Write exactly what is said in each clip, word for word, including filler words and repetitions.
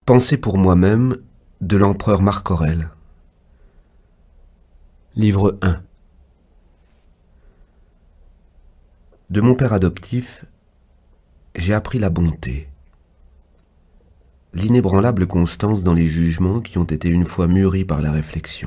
Pensée pour moi-même de l'empereur Marc Aurèle. Livre un. De mon père adoptif, j'ai appris la bonté, l'inébranlable constance dans les jugements qui ont été une fois mûris par la réflexion,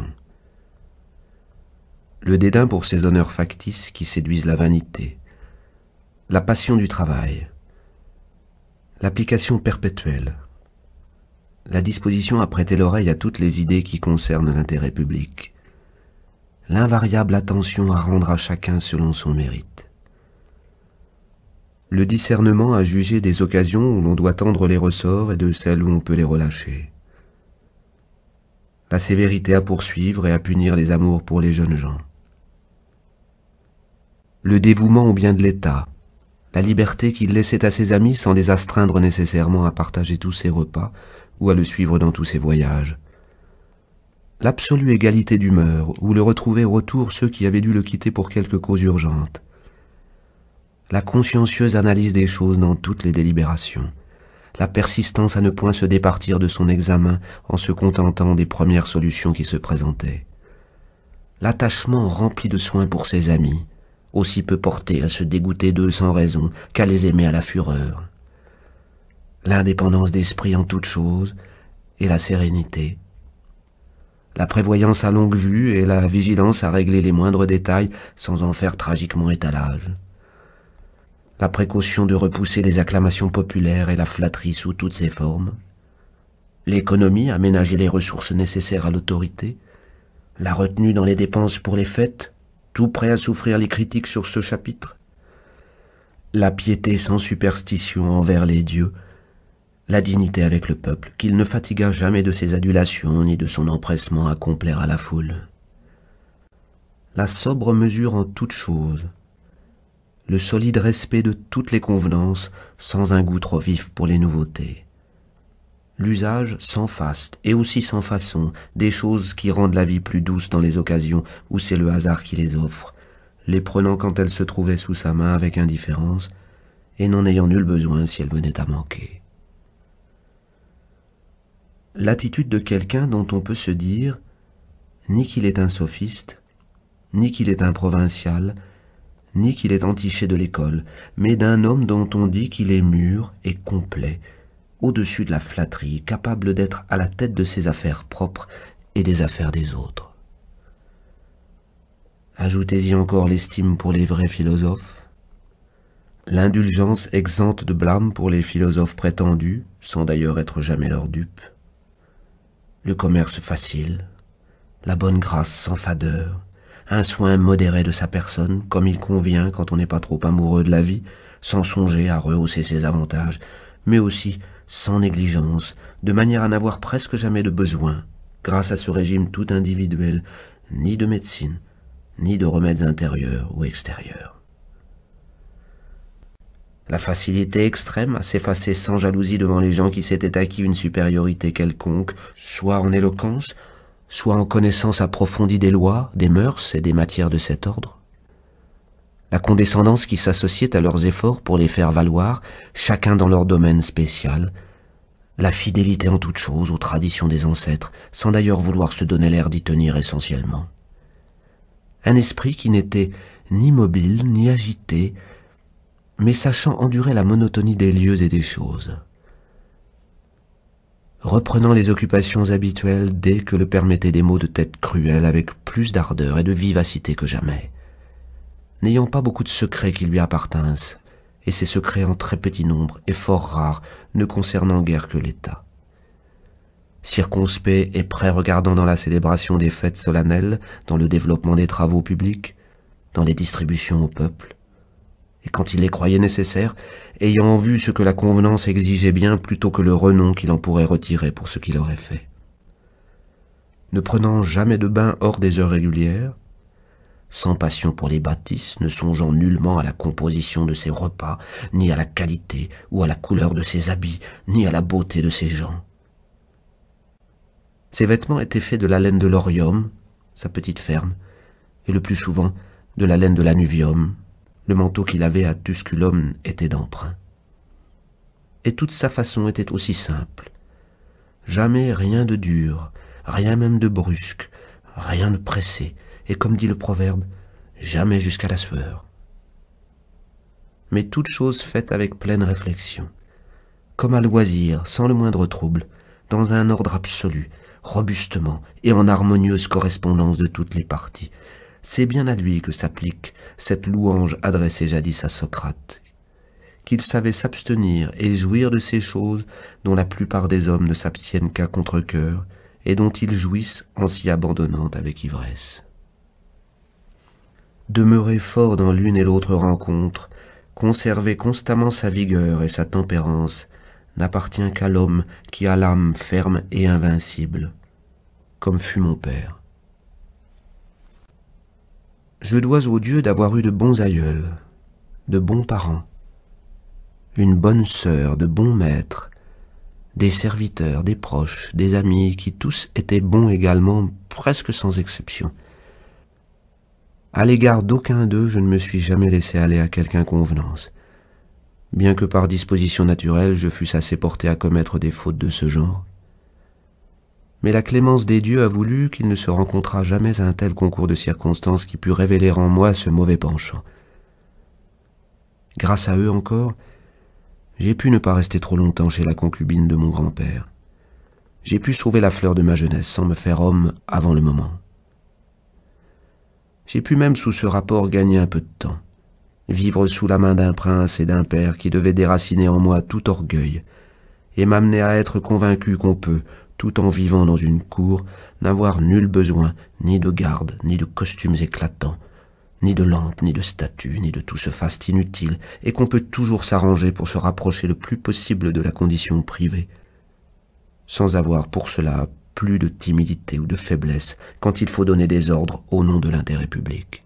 le dédain pour ces honneurs factices qui séduisent la vanité, la passion du travail, l'application perpétuelle, la disposition à prêter l'oreille à toutes les idées qui concernent l'intérêt public, l'invariable attention à rendre à chacun selon son mérite, le discernement à juger des occasions où l'on doit tendre les ressorts et de celles où on peut les relâcher, la sévérité à poursuivre et à punir les amours pour les jeunes gens, le dévouement au bien de l'État, la liberté qu'il laissait à ses amis sans les astreindre nécessairement à partager tous ses repas ou à le suivre dans tous ses voyages, l'absolue égalité d'humeur où le retrouvaient au retour ceux qui avaient dû le quitter pour quelque cause urgente, la consciencieuse analyse des choses dans toutes les délibérations, la persistance à ne point se départir de son examen en se contentant des premières solutions qui se présentaient, l'attachement rempli de soin pour ses amis, aussi peu porté à se dégoûter d'eux sans raison qu'à les aimer à la fureur, l'indépendance d'esprit en toutes choses et la sérénité, la prévoyance à longue vue et la vigilance à régler les moindres détails sans en faire tragiquement étalage, la précaution de repousser les acclamations populaires et la flatterie sous toutes ses formes, l'économie à ménager les ressources nécessaires à l'autorité, la retenue dans les dépenses pour les fêtes, tout prêt à souffrir les critiques sur ce chapitre, la piété sans superstition envers les dieux, la dignité avec le peuple, qu'il ne fatigua jamais de ses adulations ni de son empressement à complaire à la foule, la sobre mesure en toutes choses, le solide respect de toutes les convenances sans un goût trop vif pour les nouveautés, l'usage sans faste et aussi sans façon des choses qui rendent la vie plus douce dans les occasions où c'est le hasard qui les offre, les prenant quand elles se trouvaient sous sa main avec indifférence et n'en ayant nul besoin si elles venaient à manquer. L'attitude de quelqu'un dont on peut se dire ni qu'il est un sophiste, ni qu'il est un provincial, ni qu'il est entiché de l'école, mais d'un homme dont on dit qu'il est mûr et complet, au-dessus de la flatterie, capable d'être à la tête de ses affaires propres et des affaires des autres. Ajoutez-y encore l'estime pour les vrais philosophes, l'indulgence exempte de blâme pour les philosophes prétendus, sans d'ailleurs être jamais leurs dupes, le commerce facile, la bonne grâce sans fadeur, un soin modéré de sa personne, comme il convient quand on n'est pas trop amoureux de la vie, sans songer à rehausser ses avantages, mais aussi sans négligence, de manière à n'avoir presque jamais de besoin, grâce à ce régime tout individuel, ni de médecine, ni de remèdes intérieurs ou extérieurs. La facilité extrême à s'effacer sans jalousie devant les gens qui s'étaient acquis une supériorité quelconque, soit en éloquence, soit en connaissance approfondie des lois, des mœurs et des matières de cet ordre. La condescendance qui s'associait à leurs efforts pour les faire valoir, chacun dans leur domaine spécial. La fidélité en toutes choses aux traditions des ancêtres, sans d'ailleurs vouloir se donner l'air d'y tenir essentiellement. Un esprit qui n'était ni mobile, ni agité, mais sachant endurer la monotonie des lieux et des choses. Reprenant les occupations habituelles dès que le permettaient des maux de tête cruels avec plus d'ardeur et de vivacité que jamais, n'ayant pas beaucoup de secrets qui lui appartinssent, et ces secrets en très petit nombre et fort rares, ne concernant guère que l'État. Circonspect et prêt regardant dans la célébration des fêtes solennelles, dans le développement des travaux publics, dans les distributions au peuple, et quand il les croyait nécessaires, ayant en vue ce que la convenance exigeait bien plutôt que le renom qu'il en pourrait retirer pour ce qu'il aurait fait. Ne prenant jamais de bain hors des heures régulières, sans passion pour les bâtisses, ne songeant nullement à la composition de ses repas, ni à la qualité ou à la couleur de ses habits, ni à la beauté de ses gens. Ses vêtements étaient faits de la laine de l'Orium, sa petite ferme, et le plus souvent de la laine de l'Anuvium. Le manteau qu'il avait à Tusculum était d'emprunt. Et toute sa façon était aussi simple, Jamais rien de dur, rien même de brusque, rien de pressé, et comme dit le proverbe, jamais jusqu'à la sueur. Mais toute chose faite avec pleine réflexion, comme à loisir, sans le moindre trouble, dans un ordre absolu, robustement et en harmonieuse correspondance de toutes les parties. C'est bien à lui que s'applique cette louange adressée jadis à Socrate, qu'il savait s'abstenir et jouir de ces choses dont la plupart des hommes ne s'abstiennent qu'à contre-cœur et dont ils jouissent en s'y abandonnant avec ivresse. Demeurer fort dans l'une et l'autre rencontre, conserver constamment sa vigueur et sa tempérance, n'appartient qu'à l'homme qui a l'âme ferme et invincible, comme fut mon père. Je dois au Dieu d'avoir eu de bons aïeuls, de bons parents, une bonne sœur, de bons maîtres, des serviteurs, des proches, des amis, qui tous étaient bons également, presque sans exception. À l'égard d'aucun d'eux, je ne me suis jamais laissé aller à quelque inconvenance, bien que par disposition naturelle je fusse assez porté à commettre des fautes de ce genre. Mais la clémence des dieux a voulu qu'il ne se rencontrât jamais un tel concours de circonstances qui pût révéler en moi ce mauvais penchant. Grâce à eux encore, j'ai pu ne pas rester trop longtemps chez la concubine de mon grand-père. J'ai pu sauver la fleur de ma jeunesse sans me faire homme avant le moment. J'ai pu même sous ce rapport gagner un peu de temps, vivre sous la main d'un prince et d'un père qui devait déraciner en moi tout orgueil, et m'amener à être convaincu qu'on peut, tout en vivant dans une cour, n'avoir nul besoin, ni de garde, ni de costumes éclatants, ni de lampes, ni de statues, ni de tout ce faste inutile, et qu'on peut toujours s'arranger pour se rapprocher le plus possible de la condition privée, sans avoir pour cela plus de timidité ou de faiblesse quand il faut donner des ordres au nom de l'intérêt public.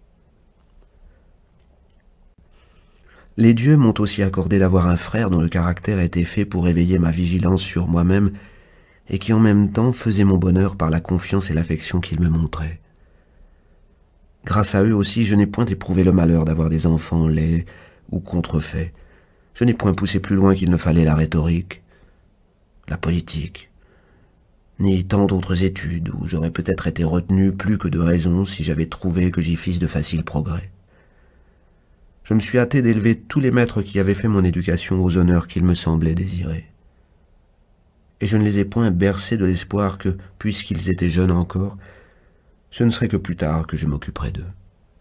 Les dieux m'ont aussi accordé d'avoir un frère dont le caractère était fait pour éveiller ma vigilance sur moi-même et qui en même temps faisait mon bonheur par la confiance et l'affection qu'il me montrait. Grâce à eux aussi, je n'ai point éprouvé le malheur d'avoir des enfants laids ou contrefaits. Je n'ai point poussé plus loin qu'il ne fallait la rhétorique, la politique, ni tant d'autres études où j'aurais peut-être été retenu plus que de raison si j'avais trouvé que j'y fisse de faciles progrès. Je me suis hâté d'élever tous les maîtres qui avaient fait mon éducation aux honneurs qu'il me semblait désirer. Et je ne les ai point bercés de l'espoir que, puisqu'ils étaient jeunes encore, ce ne serait que plus tard que je m'occuperais d'eux.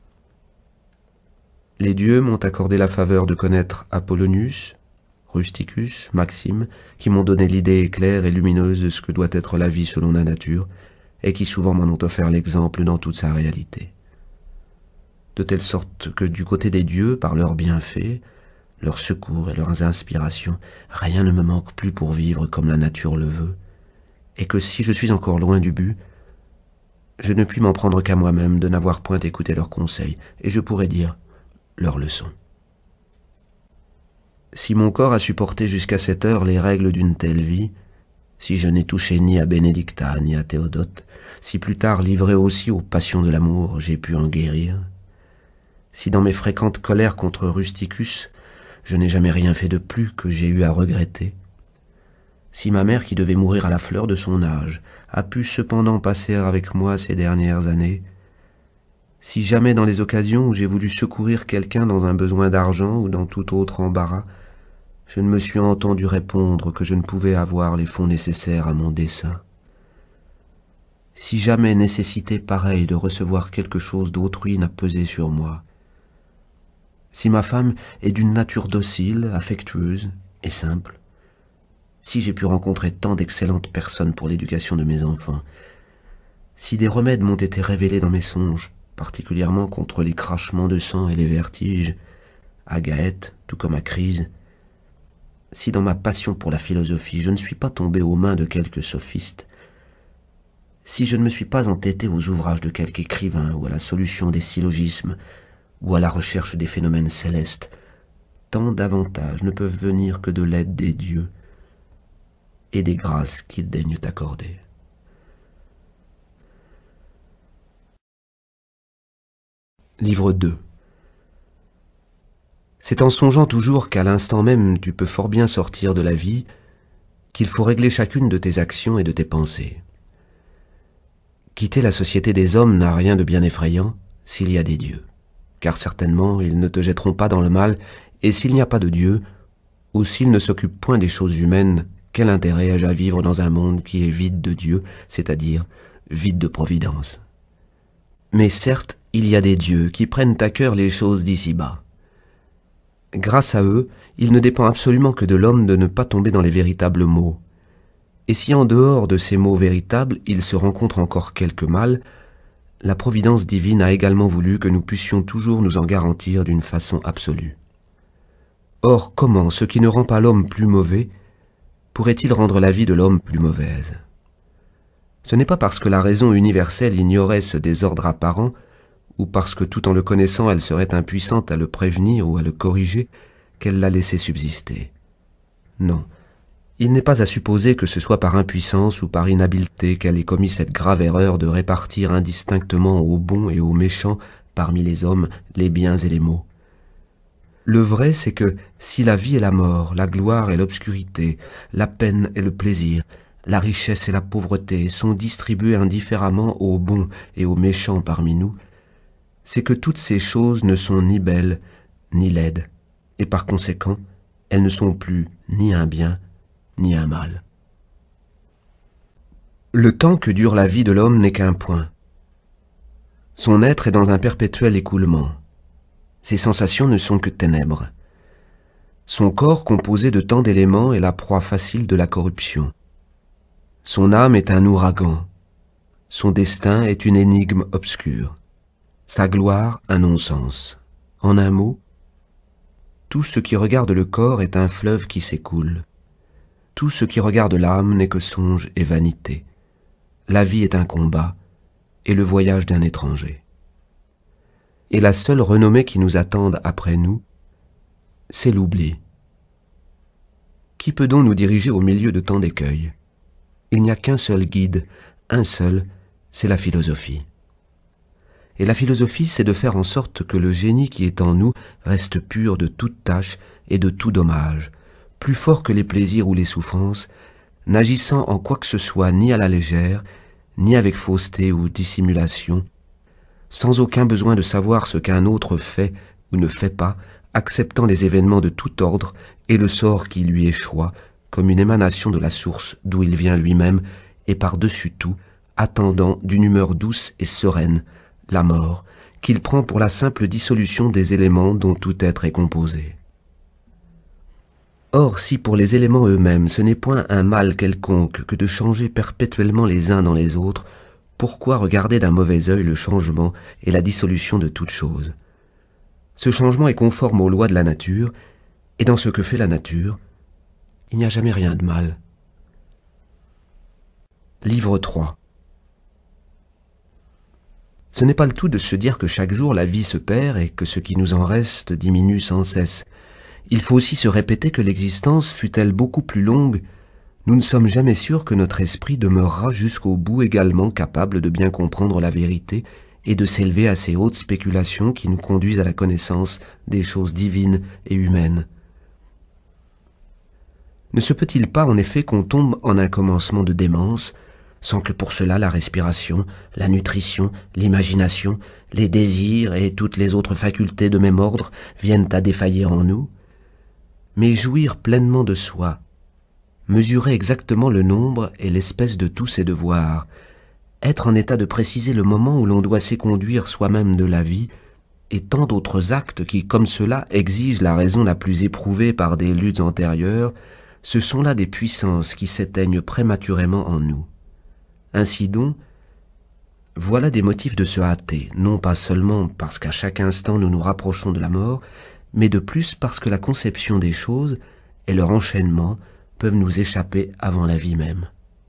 Les dieux m'ont accordé la faveur de connaître Apollonius, Rusticus, Maxime, qui m'ont donné l'idée claire et lumineuse de ce que doit être la vie selon la nature, et qui souvent m'en ont offert l'exemple dans toute sa réalité. De telle sorte que du côté des dieux, par leurs bienfaits, leurs secours et leurs inspirations, rien ne me manque plus pour vivre comme la nature le veut, et que si je suis encore loin du but, je ne puis m'en prendre qu'à moi-même de n'avoir point écouté leurs conseils, et je pourrais dire leurs leçons. Si mon corps a supporté jusqu'à cette heure les règles d'une telle vie, si je n'ai touché ni à Bénédicta ni à Théodote, si plus tard livré aussi aux passions de l'amour j'ai pu en guérir, si dans mes fréquentes colères contre Rusticus, je n'ai jamais rien fait de plus que j'ai eu à regretter, si ma mère qui devait mourir à la fleur de son âge a pu cependant passer avec moi ces dernières années, si jamais dans les occasions où j'ai voulu secourir quelqu'un dans un besoin d'argent ou dans tout autre embarras, je ne me suis entendu répondre que je ne pouvais avoir les fonds nécessaires à mon dessein, si jamais nécessité pareille de recevoir quelque chose d'autrui n'a pesé sur moi, si ma femme est d'une nature docile, affectueuse et simple, si j'ai pu rencontrer tant d'excellentes personnes pour l'éducation de mes enfants, si des remèdes m'ont été révélés dans mes songes, particulièrement contre les crachements de sang et les vertiges, à Gaète, tout comme à Crise, si dans ma passion pour la philosophie je ne suis pas tombé aux mains de quelque sophiste, si je ne me suis pas entêté aux ouvrages de quelque écrivain ou à la solution des syllogismes ou à la recherche des phénomènes célestes, tant d'avantages ne peuvent venir que de l'aide des dieux et des grâces qu'ils daignent accorder. Livre deux. C'est en songeant toujours qu'à l'instant même tu peux fort bien sortir de la vie qu'il faut régler chacune de tes actions et de tes pensées. Quitter la société des hommes n'a rien de bien effrayant s'il y a des dieux, car certainement ils ne te jetteront pas dans le mal, et s'il n'y a pas de Dieu, ou s'ils ne s'occupent point des choses humaines, quel intérêt ai-je à vivre dans un monde qui est vide de Dieu, c'est-à-dire vide de providence? Mais certes, il y a des dieux qui prennent à cœur les choses d'ici-bas. Grâce à eux, il ne dépend absolument que de l'homme de ne pas tomber dans les véritables maux. Et si en dehors de ces maux véritables, il se rencontre encore quelque mal, la providence divine a également voulu que nous puissions toujours nous en garantir d'une façon absolue. Or, comment ce qui ne rend pas l'homme plus mauvais pourrait-il rendre la vie de l'homme plus mauvaise? Ce n'est pas parce que la raison universelle ignorait ce désordre apparent, ou parce que tout en le connaissant elle serait impuissante à le prévenir ou à le corriger, qu'elle l'a laissé subsister. Non, il n'est pas à supposer que ce soit par impuissance ou par inhabileté qu'elle ait commis cette grave erreur de répartir indistinctement aux bons et aux méchants parmi les hommes les biens et les maux. Le vrai, c'est que si la vie et la mort, la gloire et l'obscurité, la peine et le plaisir, la richesse et la pauvreté sont distribuées indifféremment aux bons et aux méchants parmi nous, c'est que toutes ces choses ne sont ni belles ni laides, et par conséquent, elles ne sont plus ni un bien ni un mal. Le temps que dure la vie de l'homme n'est qu'un point. Son être est dans un perpétuel écoulement. Ses sensations ne sont que ténèbres. Son corps composé de tant d'éléments est la proie facile de la corruption. Son âme est un ouragan. Son destin est une énigme obscure. Sa gloire un non-sens. En un mot, tout ce qui regarde le corps est un fleuve qui s'écoule. Tout ce qui regarde l'âme n'est que songe et vanité. La vie est un combat et le voyage d'un étranger. Et la seule renommée qui nous attende après nous, c'est l'oubli. Qui peut donc nous diriger au milieu de tant d'écueils? Il n'y a qu'un seul guide, un seul, c'est la philosophie. Et la philosophie, c'est de faire en sorte que le génie qui est en nous reste pur de toute tâche et de tout dommage, plus fort que les plaisirs ou les souffrances, n'agissant en quoi que ce soit ni à la légère, ni avec fausseté ou dissimulation, sans aucun besoin de savoir ce qu'un autre fait ou ne fait pas, acceptant les événements de tout ordre et le sort qui lui échoit, comme une émanation de la source d'où il vient lui-même, et par-dessus tout, attendant d'une humeur douce et sereine la mort, qu'il prend pour la simple dissolution des éléments dont tout être est composé. Or, si pour les éléments eux-mêmes ce n'est point un mal quelconque que de changer perpétuellement les uns dans les autres, pourquoi regarder d'un mauvais œil le changement et la dissolution de toute chose? Ce changement est conforme aux lois de la nature, et dans ce que fait la nature, il n'y a jamais rien de mal. Livre trois. Ce n'est pas le tout de se dire que chaque jour la vie se perd et que ce qui nous en reste diminue sans cesse. Il faut aussi se répéter que l'existence, fût-elle beaucoup plus longue, nous ne sommes jamais sûrs que notre esprit demeurera jusqu'au bout également capable de bien comprendre la vérité et de s'élever à ces hautes spéculations qui nous conduisent à la connaissance des choses divines et humaines. Ne se peut-il pas en effet qu'on tombe en un commencement de démence, sans que pour cela la respiration, la nutrition, l'imagination, les désirs et toutes les autres facultés de même ordre viennent à défaillir en nous? Mais jouir pleinement de soi, mesurer exactement le nombre et l'espèce de tous ses devoirs, être en état de préciser le moment où l'on doit s'éconduire soi-même de la vie, et tant d'autres actes qui, comme cela, exigent la raison la plus éprouvée par des luttes antérieures, ce sont là des puissances qui s'éteignent prématurément en nous. Ainsi donc, voilà des motifs de se hâter, non pas seulement parce qu'à chaque instant nous nous rapprochons de la mort, mais de plus parce que la conception des choses et leur enchaînement peuvent nous échapper avant la vie même.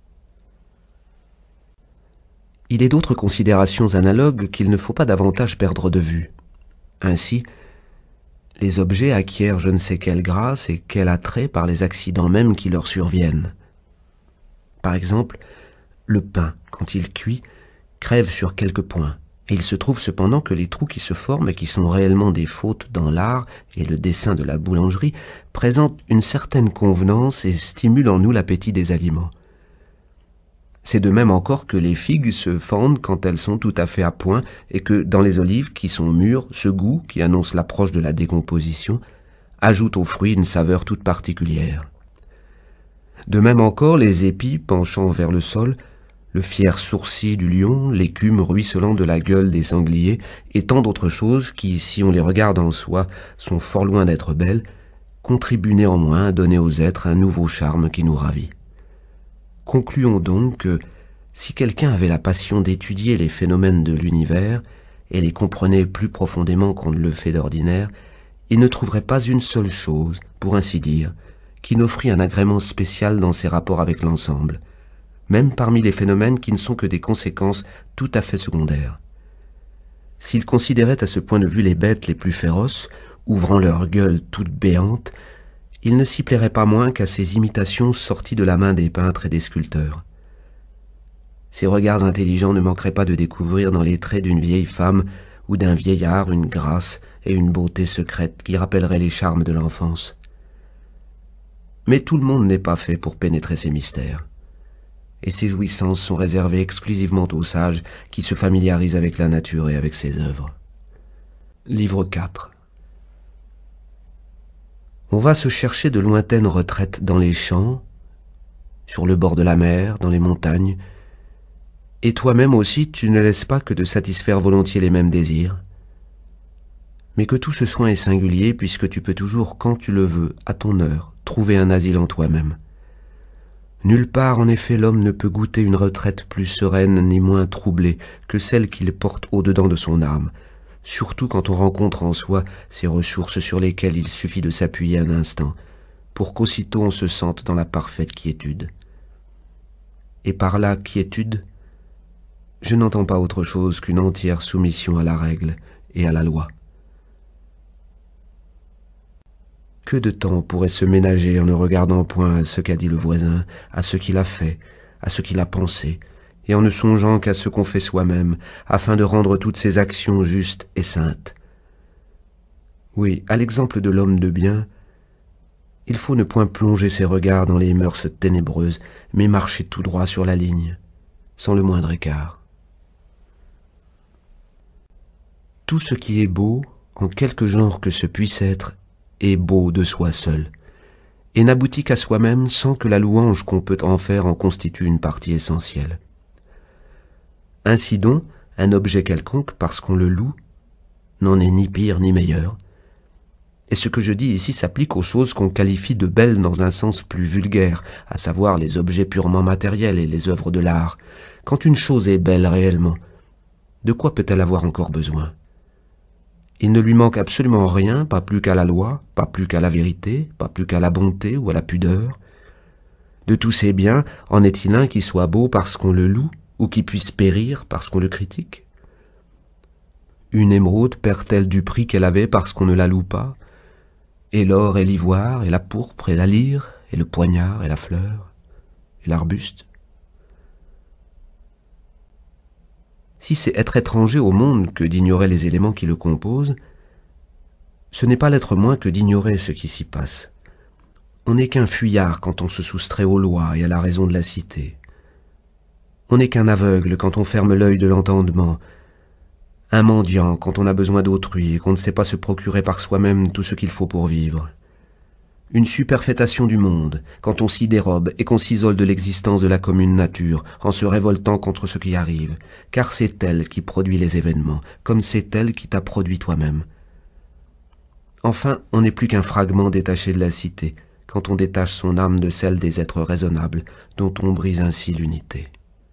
Il est d'autres considérations analogues qu'il ne faut pas davantage perdre de vue. Ainsi, les objets acquièrent je ne sais quelle grâce et quel attrait par les accidents mêmes qui leur surviennent. Par exemple, le pain, quand il cuit, crève sur quelques points, Et il se trouve cependant que les trous qui se forment et qui sont réellement des fautes dans l'art et le dessin de la boulangerie présentent une certaine convenance et stimulent en nous l'appétit des aliments. C'est de même encore que les figues se fendent quand elles sont tout à fait à point et que dans les olives qui sont mûres, ce goût, qui annonce l'approche de la décomposition, ajoute aux fruits une saveur toute particulière. De même encore, les épis penchant vers le sol, le fier sourcil du lion, l'écume ruisselant de la gueule des sangliers, et tant d'autres choses qui, si on les regarde en soi, sont fort loin d'être belles, contribuent néanmoins à donner aux êtres un nouveau charme qui nous ravit. Concluons donc que, si quelqu'un avait la passion d'étudier les phénomènes de l'univers, et les comprenait plus profondément qu'on ne le fait d'ordinaire, il ne trouverait pas une seule chose, pour ainsi dire, qui n'offrit un agrément spécial dans ses rapports avec l'ensemble, même parmi les phénomènes qui ne sont que des conséquences tout à fait secondaires. S'il considérait à ce point de vue les bêtes les plus féroces, ouvrant leur gueule toute béante, il ne s'y plairait pas moins qu'à ces imitations sorties de la main des peintres et des sculpteurs. Ses regards intelligents ne manqueraient pas de découvrir dans les traits d'une vieille femme ou d'un vieillard une grâce et une beauté secrète qui rappelleraient les charmes de l'enfance. Mais tout le monde n'est pas fait pour pénétrer ces mystères, et ces jouissances sont réservées exclusivement aux sages qui se familiarisent avec la nature et avec ses œuvres. Livre quatre. On va se chercher de lointaines retraites dans les champs, sur le bord de la mer, dans les montagnes, et toi-même aussi tu ne laisses pas que de satisfaire volontiers les mêmes désirs, mais que tout ce soin est singulier puisque tu peux toujours, quand tu le veux, à ton heure, trouver un asile en toi-même. Nulle part, en effet, l'homme ne peut goûter une retraite plus sereine ni moins troublée que celle qu'il porte au-dedans de son âme, surtout quand on rencontre en soi ces ressources sur lesquelles il suffit de s'appuyer un instant, pour qu'aussitôt on se sente dans la parfaite quiétude. Et par là, quiétude, je n'entends pas autre chose qu'une entière soumission à la règle et à la loi. Que de temps pourrait se ménager en ne regardant point à ce qu'a dit le voisin, à ce qu'il a fait, à ce qu'il a pensé, et en ne songeant qu'à ce qu'on fait soi-même, afin de rendre toutes ses actions justes et saintes. Oui, à l'exemple de l'homme de bien, il faut ne point plonger ses regards dans les mœurs ténébreuses, mais marcher tout droit sur la ligne, sans le moindre écart. Tout ce qui est beau, en quelque genre que ce puisse être, est beau de soi seul, et n'aboutit qu'à soi-même sans que la louange qu'on peut en faire en constitue une partie essentielle. Ainsi donc, un objet quelconque, parce qu'on le loue, n'en est ni pire ni meilleur, et ce que je dis ici s'applique aux choses qu'on qualifie de belles dans un sens plus vulgaire, à savoir les objets purement matériels et les œuvres de l'art. Quand une chose est belle réellement, de quoi peut-elle avoir encore besoin ? Il ne lui manque absolument rien, pas plus qu'à la loi, pas plus qu'à la vérité, pas plus qu'à la bonté ou à la pudeur. De tous ces biens, en est-il un qui soit beau parce qu'on le loue, ou qui puisse périr parce qu'on le critique ? Une émeraude perd-elle du prix qu'elle avait parce qu'on ne la loue pas ? Et l'or et l'ivoire, et la pourpre et la lyre, et le poignard et la fleur, et l'arbuste ? Si c'est être étranger au monde que d'ignorer les éléments qui le composent, ce n'est pas l'être moins que d'ignorer ce qui s'y passe. On n'est qu'un fuyard quand on se soustrait aux lois et à la raison de la cité. On n'est qu'un aveugle quand on ferme l'œil de l'entendement, un mendiant quand on a besoin d'autrui et qu'on ne sait pas se procurer par soi-même tout ce qu'il faut pour vivre. Une superfétation du monde, quand on s'y dérobe et qu'on s'isole de l'existence de la commune nature, en se révoltant contre ce qui arrive, car c'est elle qui produit les événements, comme c'est elle qui t'a produit toi-même. Enfin, on n'est plus qu'un fragment détaché de la cité, quand on détache son âme de celle des êtres raisonnables, dont on brise ainsi l'unité.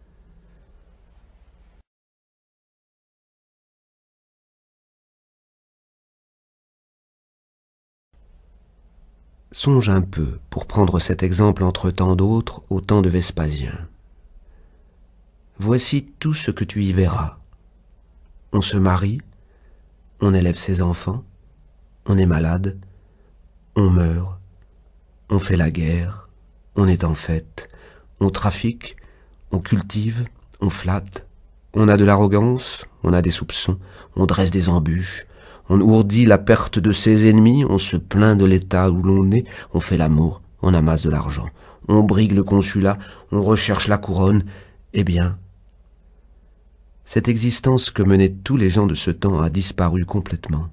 Songe un peu, pour prendre cet exemple entre tant d'autres, au temps de Vespasien. Voici tout ce que tu y verras. On se marie, on élève ses enfants, on est malade, on meurt, on fait la guerre, on est en fête, on trafique, on cultive, on flatte, On a de l'arrogance, on a des soupçons, on dresse des embûches, on ourdit la perte de ses ennemis, on se plaint de l'état où l'on est, on fait l'amour, on amasse de l'argent, on brigue le consulat, on recherche la couronne. Eh bien, cette existence que menaient tous les gens de ce temps a disparu complètement.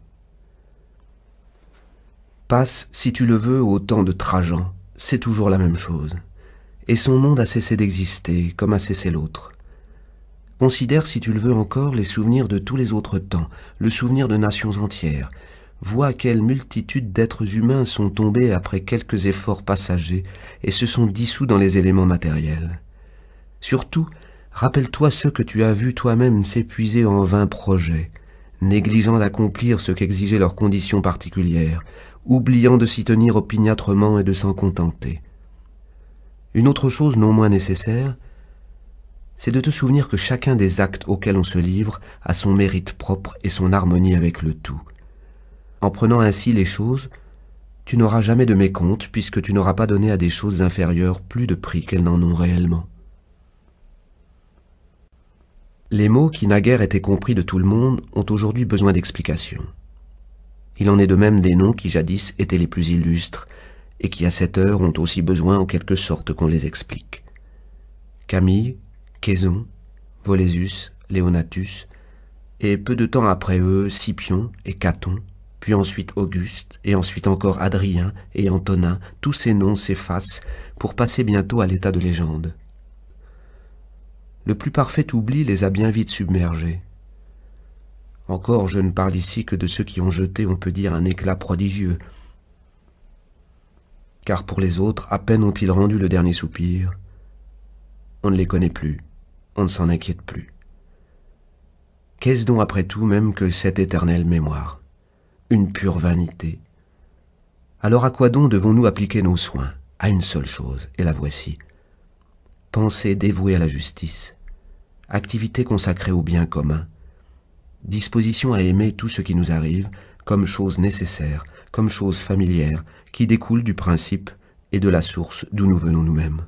Passe, si tu le veux, au temps de Trajan, c'est toujours la même chose. Et son monde a cessé d'exister, comme a cessé l'autre. Considère, si tu le veux encore, les souvenirs de tous les autres temps, le souvenir de nations entières. Vois quelle multitude d'êtres humains sont tombés après quelques efforts passagers et se sont dissous dans les éléments matériels. Surtout, rappelle-toi ceux que tu as vus toi-même s'épuiser en vains projets, négligeant d'accomplir ce qu'exigeaient leurs conditions particulières, oubliant de s'y tenir opiniâtrement et de s'en contenter. Une autre chose non moins nécessaire, c'est de te souvenir que chacun des actes auxquels on se livre a son mérite propre et son harmonie avec le tout. En prenant ainsi les choses, tu n'auras jamais de mécompte puisque tu n'auras pas donné à des choses inférieures plus de prix qu'elles n'en ont réellement. Les mots qui naguère étaient compris de tout le monde ont aujourd'hui besoin d'explications. Il en est de même des noms qui jadis étaient les plus illustres et qui à cette heure ont aussi besoin en quelque sorte qu'on les explique. Camille, Quéson, Volésus, Léonatus, et peu de temps après eux Scipion et Caton, puis ensuite Auguste, et ensuite encore Adrien et Antonin, tous ces noms s'effacent pour passer bientôt à l'état de légende. Le plus parfait oubli les a bien vite submergés. Encore, je ne parle ici que de ceux qui ont jeté, on peut dire, un éclat prodigieux. Car pour les autres, à peine ont-ils rendu le dernier soupir. On ne les connaît plus, on ne s'en inquiète plus. Qu'est-ce donc après tout même que cette éternelle mémoire? Une pure vanité. Alors à quoi donc devons-nous appliquer nos soins? À une seule chose, et la voici. Pensée dévouée à la justice, activité consacrée au bien commun, disposition à aimer tout ce qui nous arrive comme chose nécessaire, comme chose familière, qui découle du principe et de la source d'où nous venons nous-mêmes.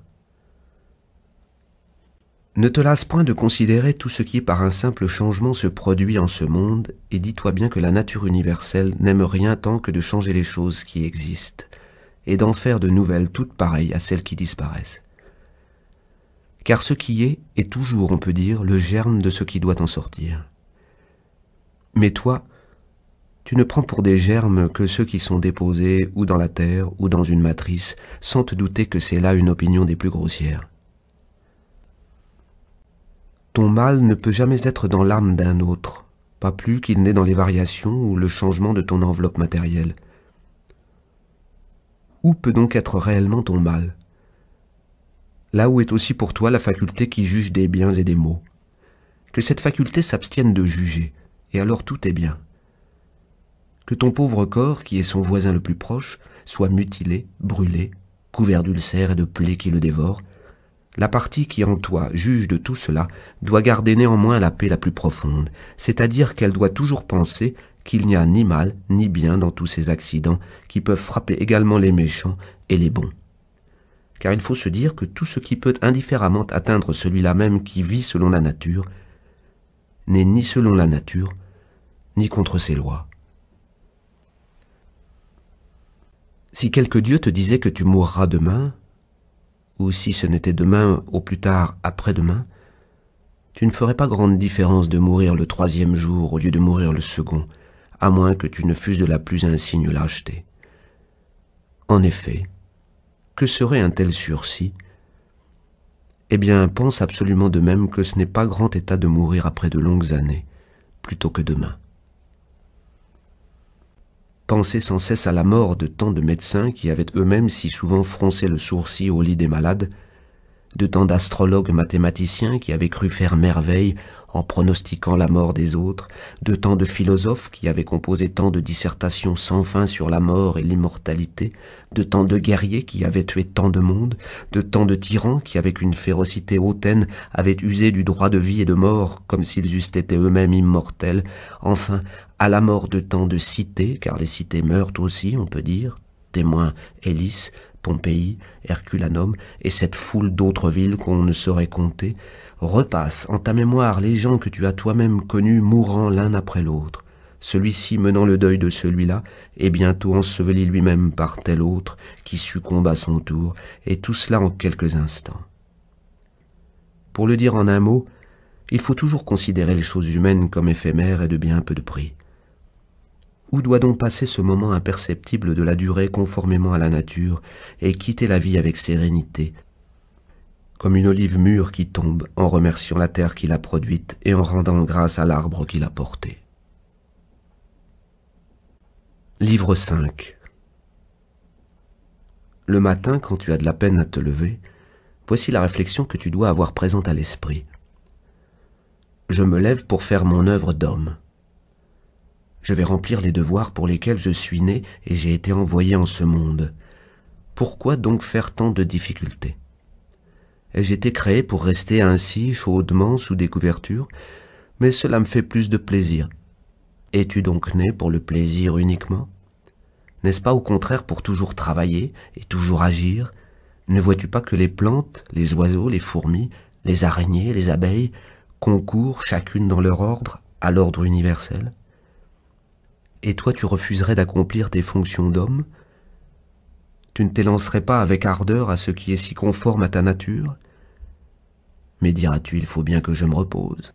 Ne te lasse point de considérer tout ce qui par un simple changement se produit en ce monde, et dis-toi bien que la nature universelle n'aime rien tant que de changer les choses qui existent, et d'en faire de nouvelles toutes pareilles à celles qui disparaissent. Car ce qui est est toujours, on peut dire, le germe de ce qui doit en sortir. Mais toi, tu ne prends pour des germes que ceux qui sont déposés ou dans la terre ou dans une matrice, sans te douter que c'est là une opinion des plus grossières. Ton mal ne peut jamais être dans l'âme d'un autre, pas plus qu'il n'est dans les variations ou le changement de ton enveloppe matérielle. Où peut donc être réellement ton mal? Là où est aussi pour toi la faculté qui juge des biens et des maux. Que cette faculté s'abstienne de juger, et alors tout est bien. Que ton pauvre corps, qui est son voisin le plus proche, soit mutilé, brûlé, couvert d'ulcères et de plaies qui le dévorent, la partie qui en toi juge de tout cela doit garder néanmoins la paix la plus profonde, c'est-à-dire qu'elle doit toujours penser qu'il n'y a ni mal ni bien dans tous ces accidents qui peuvent frapper également les méchants et les bons. Car il faut se dire que tout ce qui peut indifféremment atteindre celui-là même qui vit selon la nature n'est ni selon la nature, ni contre ses lois. Si quelque Dieu te disait que tu mourras demain, ou si ce n'était demain, au plus tard après-demain, tu ne ferais pas grande différence de mourir le troisième jour au lieu de mourir le second, à moins que tu ne fusses de la plus insigne lâcheté. En effet, que serait un tel sursis? Eh bien, pense absolument de même que ce n'est pas grand état de mourir après de longues années, plutôt que demain. Pensez sans cesse à la mort de tant de médecins qui avaient eux-mêmes si souvent froncé le sourcil au lit des malades, de tant d'astrologues mathématiciens qui avaient cru faire merveille en pronostiquant la mort des autres, de tant de philosophes qui avaient composé tant de dissertations sans fin sur la mort et l'immortalité, de tant de guerriers qui avaient tué tant de monde, de tant de tyrans qui, avec une férocité hautaine, avaient usé du droit de vie et de mort comme s'ils eussent été eux-mêmes immortels, enfin, à la mort de tant de cités, car les cités meurent aussi, on peut dire, témoin Hélice, Pompéi, Herculanum et cette foule d'autres villes qu'on ne saurait compter, repasse en ta mémoire les gens que tu as toi-même connus mourant l'un après l'autre, celui-ci menant le deuil de celui-là, et bientôt enseveli lui-même par tel autre qui succombe à son tour, et tout cela en quelques instants. Pour le dire en un mot, il faut toujours considérer les choses humaines comme éphémères et de bien peu de prix. Où doit donc passer ce moment imperceptible de la durée conformément à la nature et quitter la vie avec sérénité, comme une olive mûre qui tombe en remerciant la terre qui l'a produite et en rendant grâce à l'arbre qui l'a portée. Livre cinq. Le matin, quand tu as de la peine à te lever, voici la réflexion que tu dois avoir présente à l'esprit. Je me lève pour faire mon œuvre d'homme. Je vais remplir les devoirs pour lesquels je suis né et j'ai été envoyé en ce monde. Pourquoi donc faire tant de difficultés? Ai-je été créé pour rester ainsi, chaudement, sous des couvertures? Mais cela me fait plus de plaisir. Es-tu donc né pour le plaisir uniquement? N'est-ce pas au contraire pour toujours travailler et toujours agir? Ne vois-tu pas que les plantes, les oiseaux, les fourmis, les araignées, les abeilles concourent chacune dans leur ordre à l'ordre universel? Et toi tu refuserais d'accomplir tes fonctions d'homme? Tu ne t'élancerais pas avec ardeur à ce qui est si conforme à ta nature? Mais diras-tu, il faut bien que je me repose.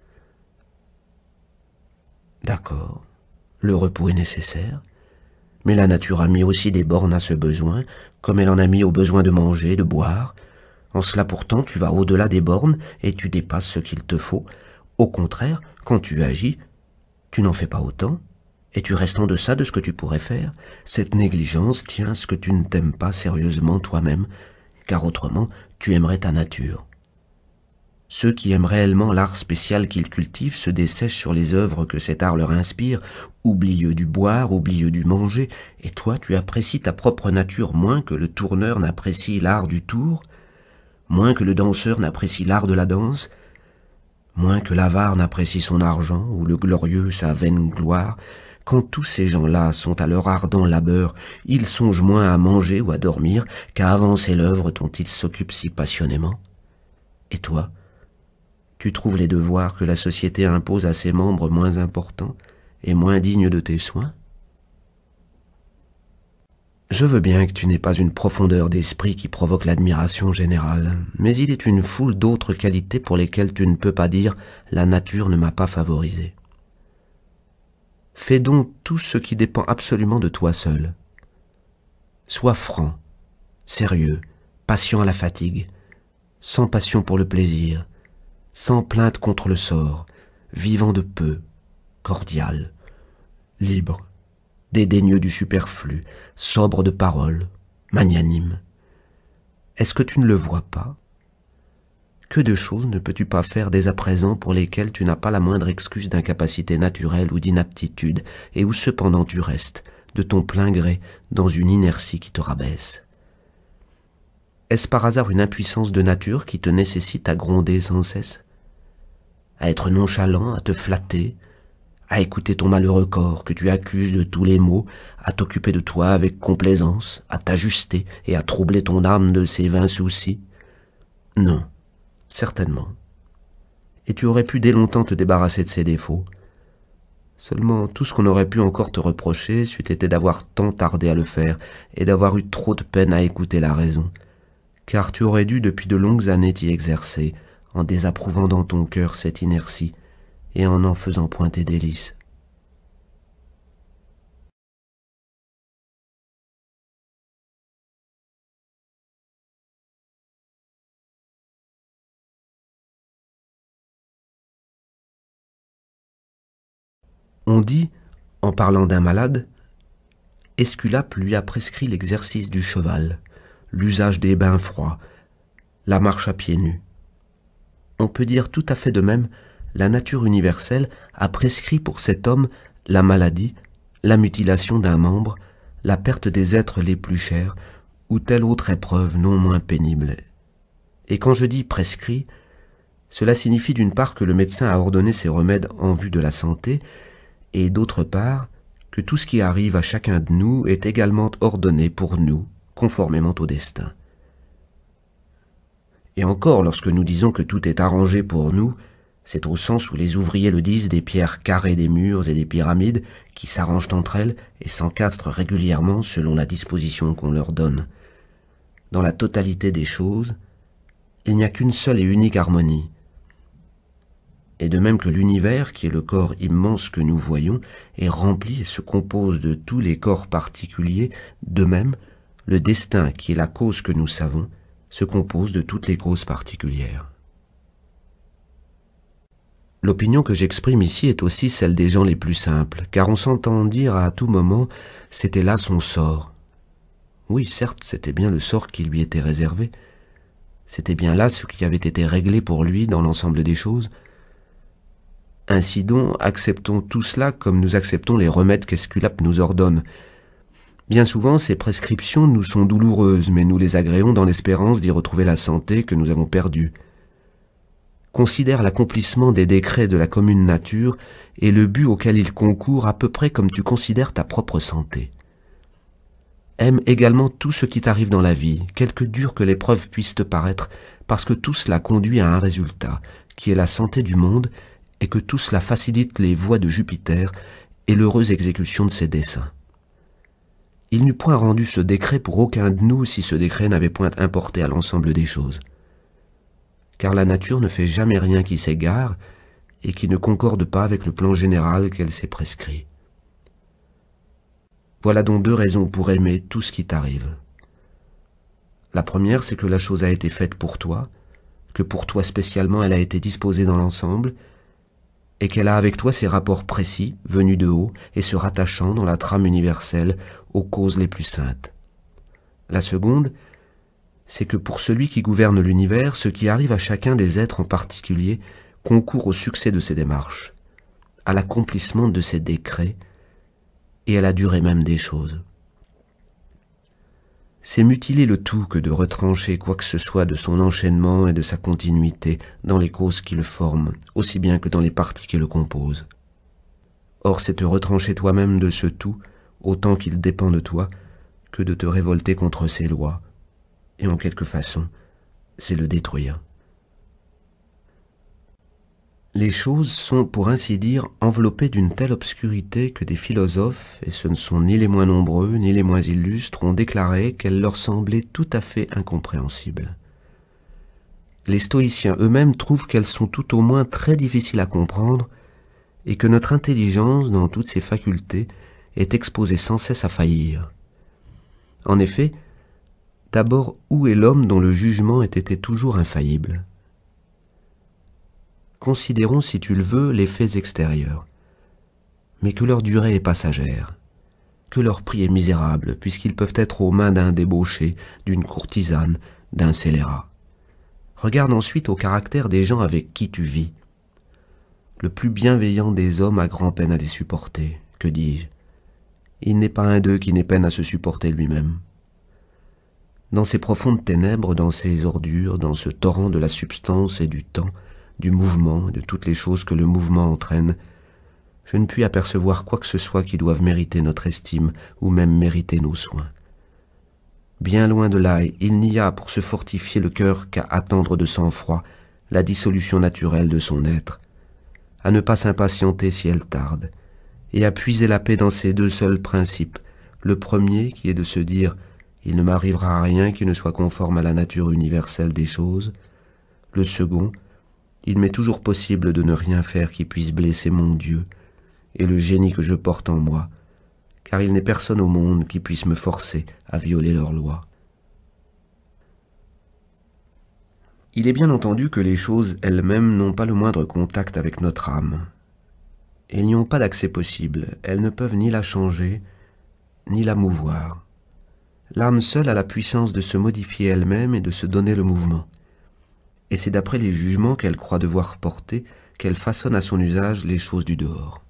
D'accord, le repos est nécessaire, mais la nature a mis aussi des bornes à ce besoin, comme elle en a mis au besoin de manger, de boire. En cela pourtant tu vas au-delà des bornes et tu dépasses ce qu'il te faut. Au contraire, quand tu agis, tu n'en fais pas autant, et tu restes en deçà de ce que tu pourrais faire. Cette négligence tient à ce que tu ne t'aimes pas sérieusement toi-même, car autrement tu aimerais ta nature. Ceux qui aiment réellement l'art spécial qu'ils cultivent se dessèchent sur les œuvres que cet art leur inspire, oublieux du boire, oublieux du manger, et toi tu apprécies ta propre nature moins que le tourneur n'apprécie l'art du tour, moins que le danseur n'apprécie l'art de la danse, moins que l'avare n'apprécie son argent, ou le glorieux sa vaine gloire. Quand tous ces gens-là sont à leur ardent labeur, ils songent moins à manger ou à dormir qu'à avancer l'œuvre dont ils s'occupent si passionnément. Et toi, tu trouves les devoirs que la société impose à ses membres moins importants et moins dignes de tes soins? Je veux bien que tu n'aies pas une profondeur d'esprit qui provoque l'admiration générale, mais il est une foule d'autres qualités pour lesquelles tu ne peux pas dire « la nature ne m'a pas favorisé ». Fais donc tout ce qui dépend absolument de toi seul. Sois franc, sérieux, patient à la fatigue, sans passion pour le plaisir, sans plainte contre le sort, vivant de peu, cordial, libre, dédaigneux du superflu, sobre de parole, magnanime. Est-ce que tu ne le vois pas? Que de choses ne peux-tu pas faire dès à présent pour lesquelles tu n'as pas la moindre excuse d'incapacité naturelle ou d'inaptitude, et où cependant tu restes, de ton plein gré, dans une inertie qui te rabaisse? Est-ce par hasard une impuissance de nature qui te nécessite à gronder sans cesse, à être nonchalant, à te flatter, à écouter ton malheureux corps que tu accuses de tous les maux, à t'occuper de toi avec complaisance, à t'ajuster et à troubler ton âme de ses vains soucis? Non, certainement. Et tu aurais pu dès longtemps te débarrasser de ces défauts. Seulement, tout ce qu'on aurait pu encore te reprocher c'eût été d'avoir tant tardé à le faire et d'avoir eu trop de peine à écouter la raison, car tu aurais dû depuis de longues années t'y exercer, en désapprouvant dans ton cœur cette inertie et en n'en faisant point tes délices. On dit, en parlant d'un malade, Esculape lui a prescrit l'exercice du cheval, l'usage des bains froids, la marche à pieds nus. On peut dire tout à fait de même, la nature universelle a prescrit pour cet homme la maladie, la mutilation d'un membre, la perte des êtres les plus chers, ou telle autre épreuve non moins pénible. Et quand je dis prescrit, cela signifie d'une part que le médecin a ordonné ces remèdes en vue de la santé, et d'autre part que tout ce qui arrive à chacun de nous est également ordonné pour nous, conformément au destin. Et encore, lorsque nous disons que tout est arrangé pour nous, c'est au sens où les ouvriers le disent des pierres carrées des murs et des pyramides qui s'arrangent entre elles et s'encastrent régulièrement selon la disposition qu'on leur donne. Dans la totalité des choses, il n'y a qu'une seule et unique harmonie. Et de même que l'univers, qui est le corps immense que nous voyons, est rempli et se compose de tous les corps particuliers, de même, le destin, qui est la cause que nous savons, se compose de toutes les causes particulières. L'opinion que j'exprime ici est aussi celle des gens les plus simples, car on s'entend dire à tout moment « c'était là son sort ». Oui, certes, c'était bien le sort qui lui était réservé. C'était bien là ce qui avait été réglé pour lui dans l'ensemble des choses. Ainsi donc, acceptons tout cela comme nous acceptons les remèdes qu'Esculape nous ordonne. Bien souvent, ces prescriptions nous sont douloureuses, mais nous les agréons dans l'espérance d'y retrouver la santé que nous avons perdue. Considère l'accomplissement des décrets de la commune nature et le but auquel ils concourent à peu près comme tu considères ta propre santé. Aime également tout ce qui t'arrive dans la vie, quelque dur que l'épreuve puisse te paraître, parce que tout cela conduit à un résultat, qui est la santé du monde, et que tout cela facilite les voies de Jupiter et l'heureuse exécution de ses desseins. Il n'eût point rendu ce décret pour aucun de nous si ce décret n'avait point importé à l'ensemble des choses. Car la nature ne fait jamais rien qui s'égare et qui ne concorde pas avec le plan général qu'elle s'est prescrit. Voilà donc deux raisons pour aimer tout ce qui t'arrive. La première, c'est que la chose a été faite pour toi, que pour toi spécialement elle a été disposée dans l'ensemble, et qu'elle a avec toi ses rapports précis, venus de haut, et se rattachant dans la trame universelle aux causes les plus saintes. La seconde, c'est que pour celui qui gouverne l'univers, ce qui arrive à chacun des êtres en particulier concourt au succès de ses démarches, à l'accomplissement de ses décrets et à la durée même des choses. C'est mutiler le tout que de retrancher quoi que ce soit de son enchaînement et de sa continuité dans les causes qui le forment, aussi bien que dans les parties qui le composent. Or, c'est te retrancher toi-même de ce tout, autant qu'il dépend de toi, que de te révolter contre ses lois, et en quelque façon, c'est le détruire. Les choses sont, pour ainsi dire, enveloppées d'une telle obscurité que des philosophes, et ce ne sont ni les moins nombreux ni les moins illustres, ont déclaré qu'elles leur semblaient tout à fait incompréhensibles. Les stoïciens eux-mêmes trouvent qu'elles sont tout au moins très difficiles à comprendre, et que notre intelligence, dans toutes ses facultés, est exposée sans cesse à faillir. En effet, d'abord, où est l'homme dont le jugement ait été toujours infaillible ? Considérons, si tu le veux, les faits extérieurs, mais que leur durée est passagère, que leur prix est misérable, puisqu'ils peuvent être aux mains d'un débauché, d'une courtisane, d'un scélérat. Regarde ensuite au caractère des gens avec qui tu vis. Le plus bienveillant des hommes a grand-peine à les supporter, que dis-je ? Il n'est pas un d'eux qui n'ait peine à se supporter lui-même. Dans ces profondes ténèbres, dans ces ordures, dans ce torrent de la substance et du temps, du mouvement et de toutes les choses que le mouvement entraîne, je ne puis apercevoir quoi que ce soit qui doive mériter notre estime ou même mériter nos soins. Bien loin de là, il n'y a pour se fortifier le cœur qu'à attendre de sang-froid la dissolution naturelle de son être, à ne pas s'impatienter si elle tarde, et à puiser la paix dans ces deux seuls principes, le premier qui est de se dire « il ne m'arrivera rien qui ne soit conforme à la nature universelle des choses », le second « il m'est toujours possible de ne rien faire qui puisse blesser mon Dieu et le génie que je porte en moi, car il n'est personne au monde qui puisse me forcer à violer leurs lois. » Il est bien entendu que les choses elles-mêmes n'ont pas le moindre contact avec notre âme. Elles n'y ont pas d'accès possible, elles ne peuvent ni la changer, ni la mouvoir. L'âme seule a la puissance de se modifier elle-même et de se donner le mouvement. Et c'est d'après les jugements qu'elle croit devoir porter qu'elle façonne à son usage les choses du dehors.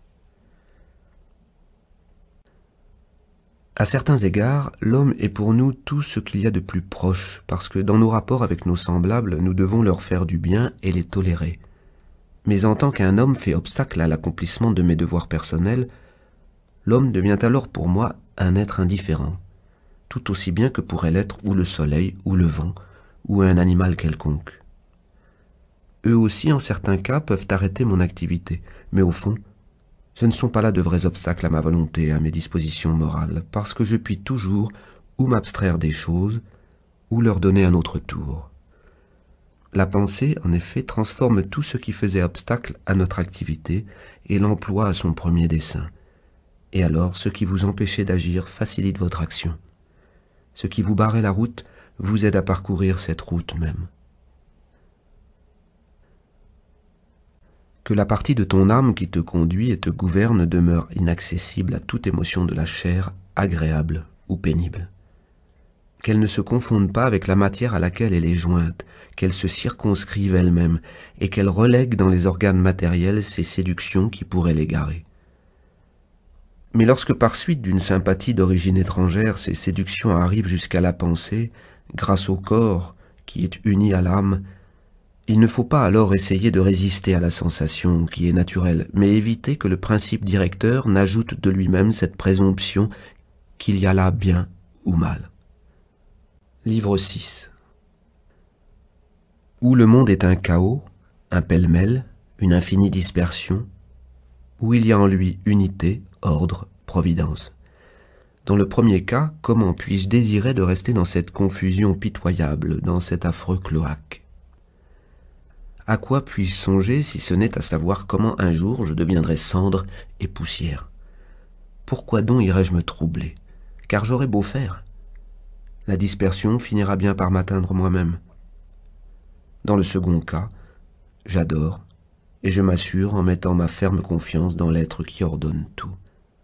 À certains égards, l'homme est pour nous tout ce qu'il y a de plus proche, parce que dans nos rapports avec nos semblables, nous devons leur faire du bien et les tolérer. Mais en tant qu'un homme fait obstacle à l'accomplissement de mes devoirs personnels, l'homme devient alors pour moi un être indifférent, tout aussi bien que pourrait l'être ou le soleil, ou le vent, ou un animal quelconque. Eux aussi, en certains cas, peuvent arrêter mon activité, mais au fond, ce ne sont pas là de vrais obstacles à ma volonté et à mes dispositions morales, parce que je puis toujours ou m'abstraire des choses, ou leur donner un autre tour. La pensée, en effet, transforme tout ce qui faisait obstacle à notre activité et l'emploie à son premier dessein. Et alors, ce qui vous empêchait d'agir facilite votre action. Ce qui vous barrait la route vous aide à parcourir cette route même. Que la partie de ton âme qui te conduit et te gouverne demeure inaccessible à toute émotion de la chair, agréable ou pénible. Qu'elle ne se confonde pas avec la matière à laquelle elle est jointe, qu'elle se circonscrive elle-même et qu'elle relègue dans les organes matériels ces séductions qui pourraient l'égarer. Mais lorsque par suite d'une sympathie d'origine étrangère, ces séductions arrivent jusqu'à la pensée, grâce au corps qui est uni à l'âme, il ne faut pas alors essayer de résister à la sensation qui est naturelle, mais éviter que le principe directeur n'ajoute de lui-même cette présomption qu'il y a là bien ou mal. Livre six. Où le monde est un chaos, un pêle-mêle, une infinie dispersion, où il y a en lui unité, ordre, providence. Dans le premier cas, comment puis-je désirer de rester dans cette confusion pitoyable, dans cet affreux cloaque? À quoi puis-je songer si ce n'est à savoir comment un jour je deviendrai cendre et poussière? Pourquoi donc irais-je me troubler? Car j'aurai beau faire, la dispersion finira bien par m'atteindre moi-même. Dans le second cas, j'adore et je m'assure en mettant ma ferme confiance dans l'être qui ordonne tout.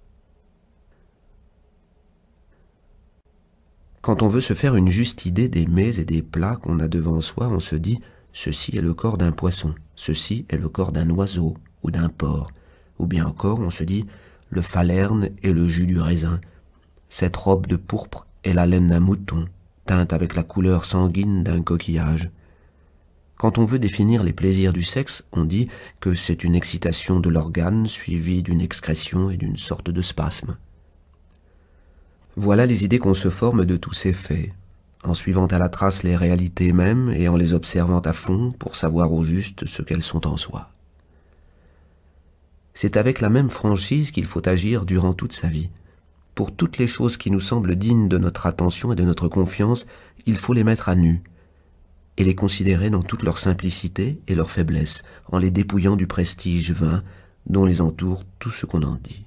Quand on veut se faire une juste idée des mets et des plats qu'on a devant soi, on se dit « ceci est le corps d'un poisson, ceci est le corps d'un oiseau ou d'un porc », ou bien encore on se dit « le falerne est le jus du raisin, cette robe de pourpre est la laine d'un mouton, teinte avec la couleur sanguine d'un coquillage ». Quand on veut définir les plaisirs du sexe, on dit que c'est une excitation de l'organe suivie d'une excrétion et d'une sorte de spasme. Voilà les idées qu'on se forme de tous ces faits, en suivant à la trace les réalités mêmes et en les observant à fond pour savoir au juste ce qu'elles sont en soi. C'est avec la même franchise qu'il faut agir durant toute sa vie. Pour toutes les choses qui nous semblent dignes de notre attention et de notre confiance, il faut les mettre à nu et les considérer dans toute leur simplicité et leur faiblesse, en les dépouillant du prestige vain dont les entoure tout ce qu'on en dit.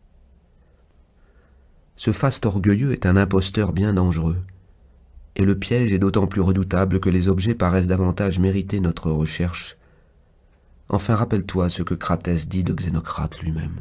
Ce faste orgueilleux est un imposteur bien dangereux, et le piège est d'autant plus redoutable que les objets paraissent davantage mériter notre recherche. Enfin, rappelle-toi ce que Cratès dit de Xénocrate lui-même.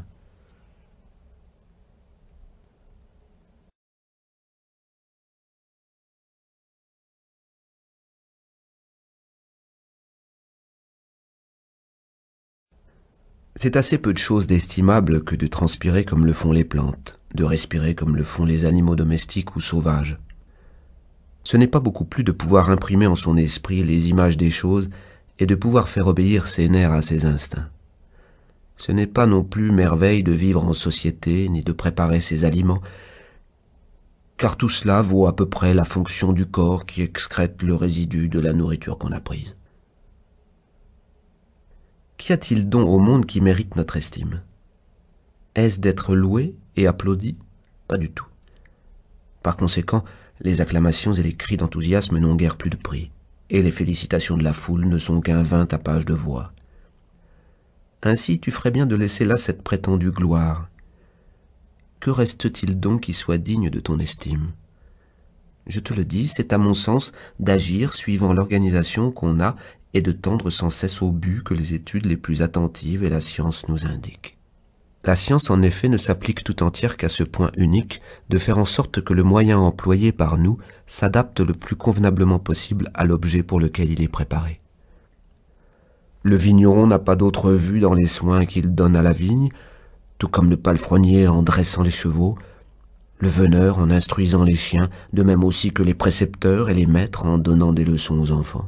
C'est assez peu de choses d'estimables que de transpirer comme le font les plantes, de respirer comme le font les animaux domestiques ou sauvages. Ce n'est pas beaucoup plus de pouvoir imprimer en son esprit les images des choses et de pouvoir faire obéir ses nerfs à ses instincts. Ce n'est pas non plus merveille de vivre en société ni de préparer ses aliments, car tout cela vaut à peu près la fonction du corps qui excrète le résidu de la nourriture qu'on a prise. Qu'y a-t-il donc au monde qui mérite notre estime? Est-ce d'être loué et applaudi? Pas du tout. Par conséquent, les acclamations et les cris d'enthousiasme n'ont guère plus de prix, et les félicitations de la foule ne sont qu'un vain tapage de voix. Ainsi, tu ferais bien de laisser là cette prétendue gloire. Que reste-t-il donc qui soit digne de ton estime? Je te le dis, c'est à mon sens d'agir suivant l'organisation qu'on a et de tendre sans cesse au but que les études les plus attentives et la science nous indiquent. La science, en effet, ne s'applique tout entière qu'à ce point unique de faire en sorte que le moyen employé par nous s'adapte le plus convenablement possible à l'objet pour lequel il est préparé. Le vigneron n'a pas d'autre vue dans les soins qu'il donne à la vigne, tout comme le palefrenier en dressant les chevaux, le veneur en instruisant les chiens, de même aussi que les précepteurs et les maîtres en donnant des leçons aux enfants.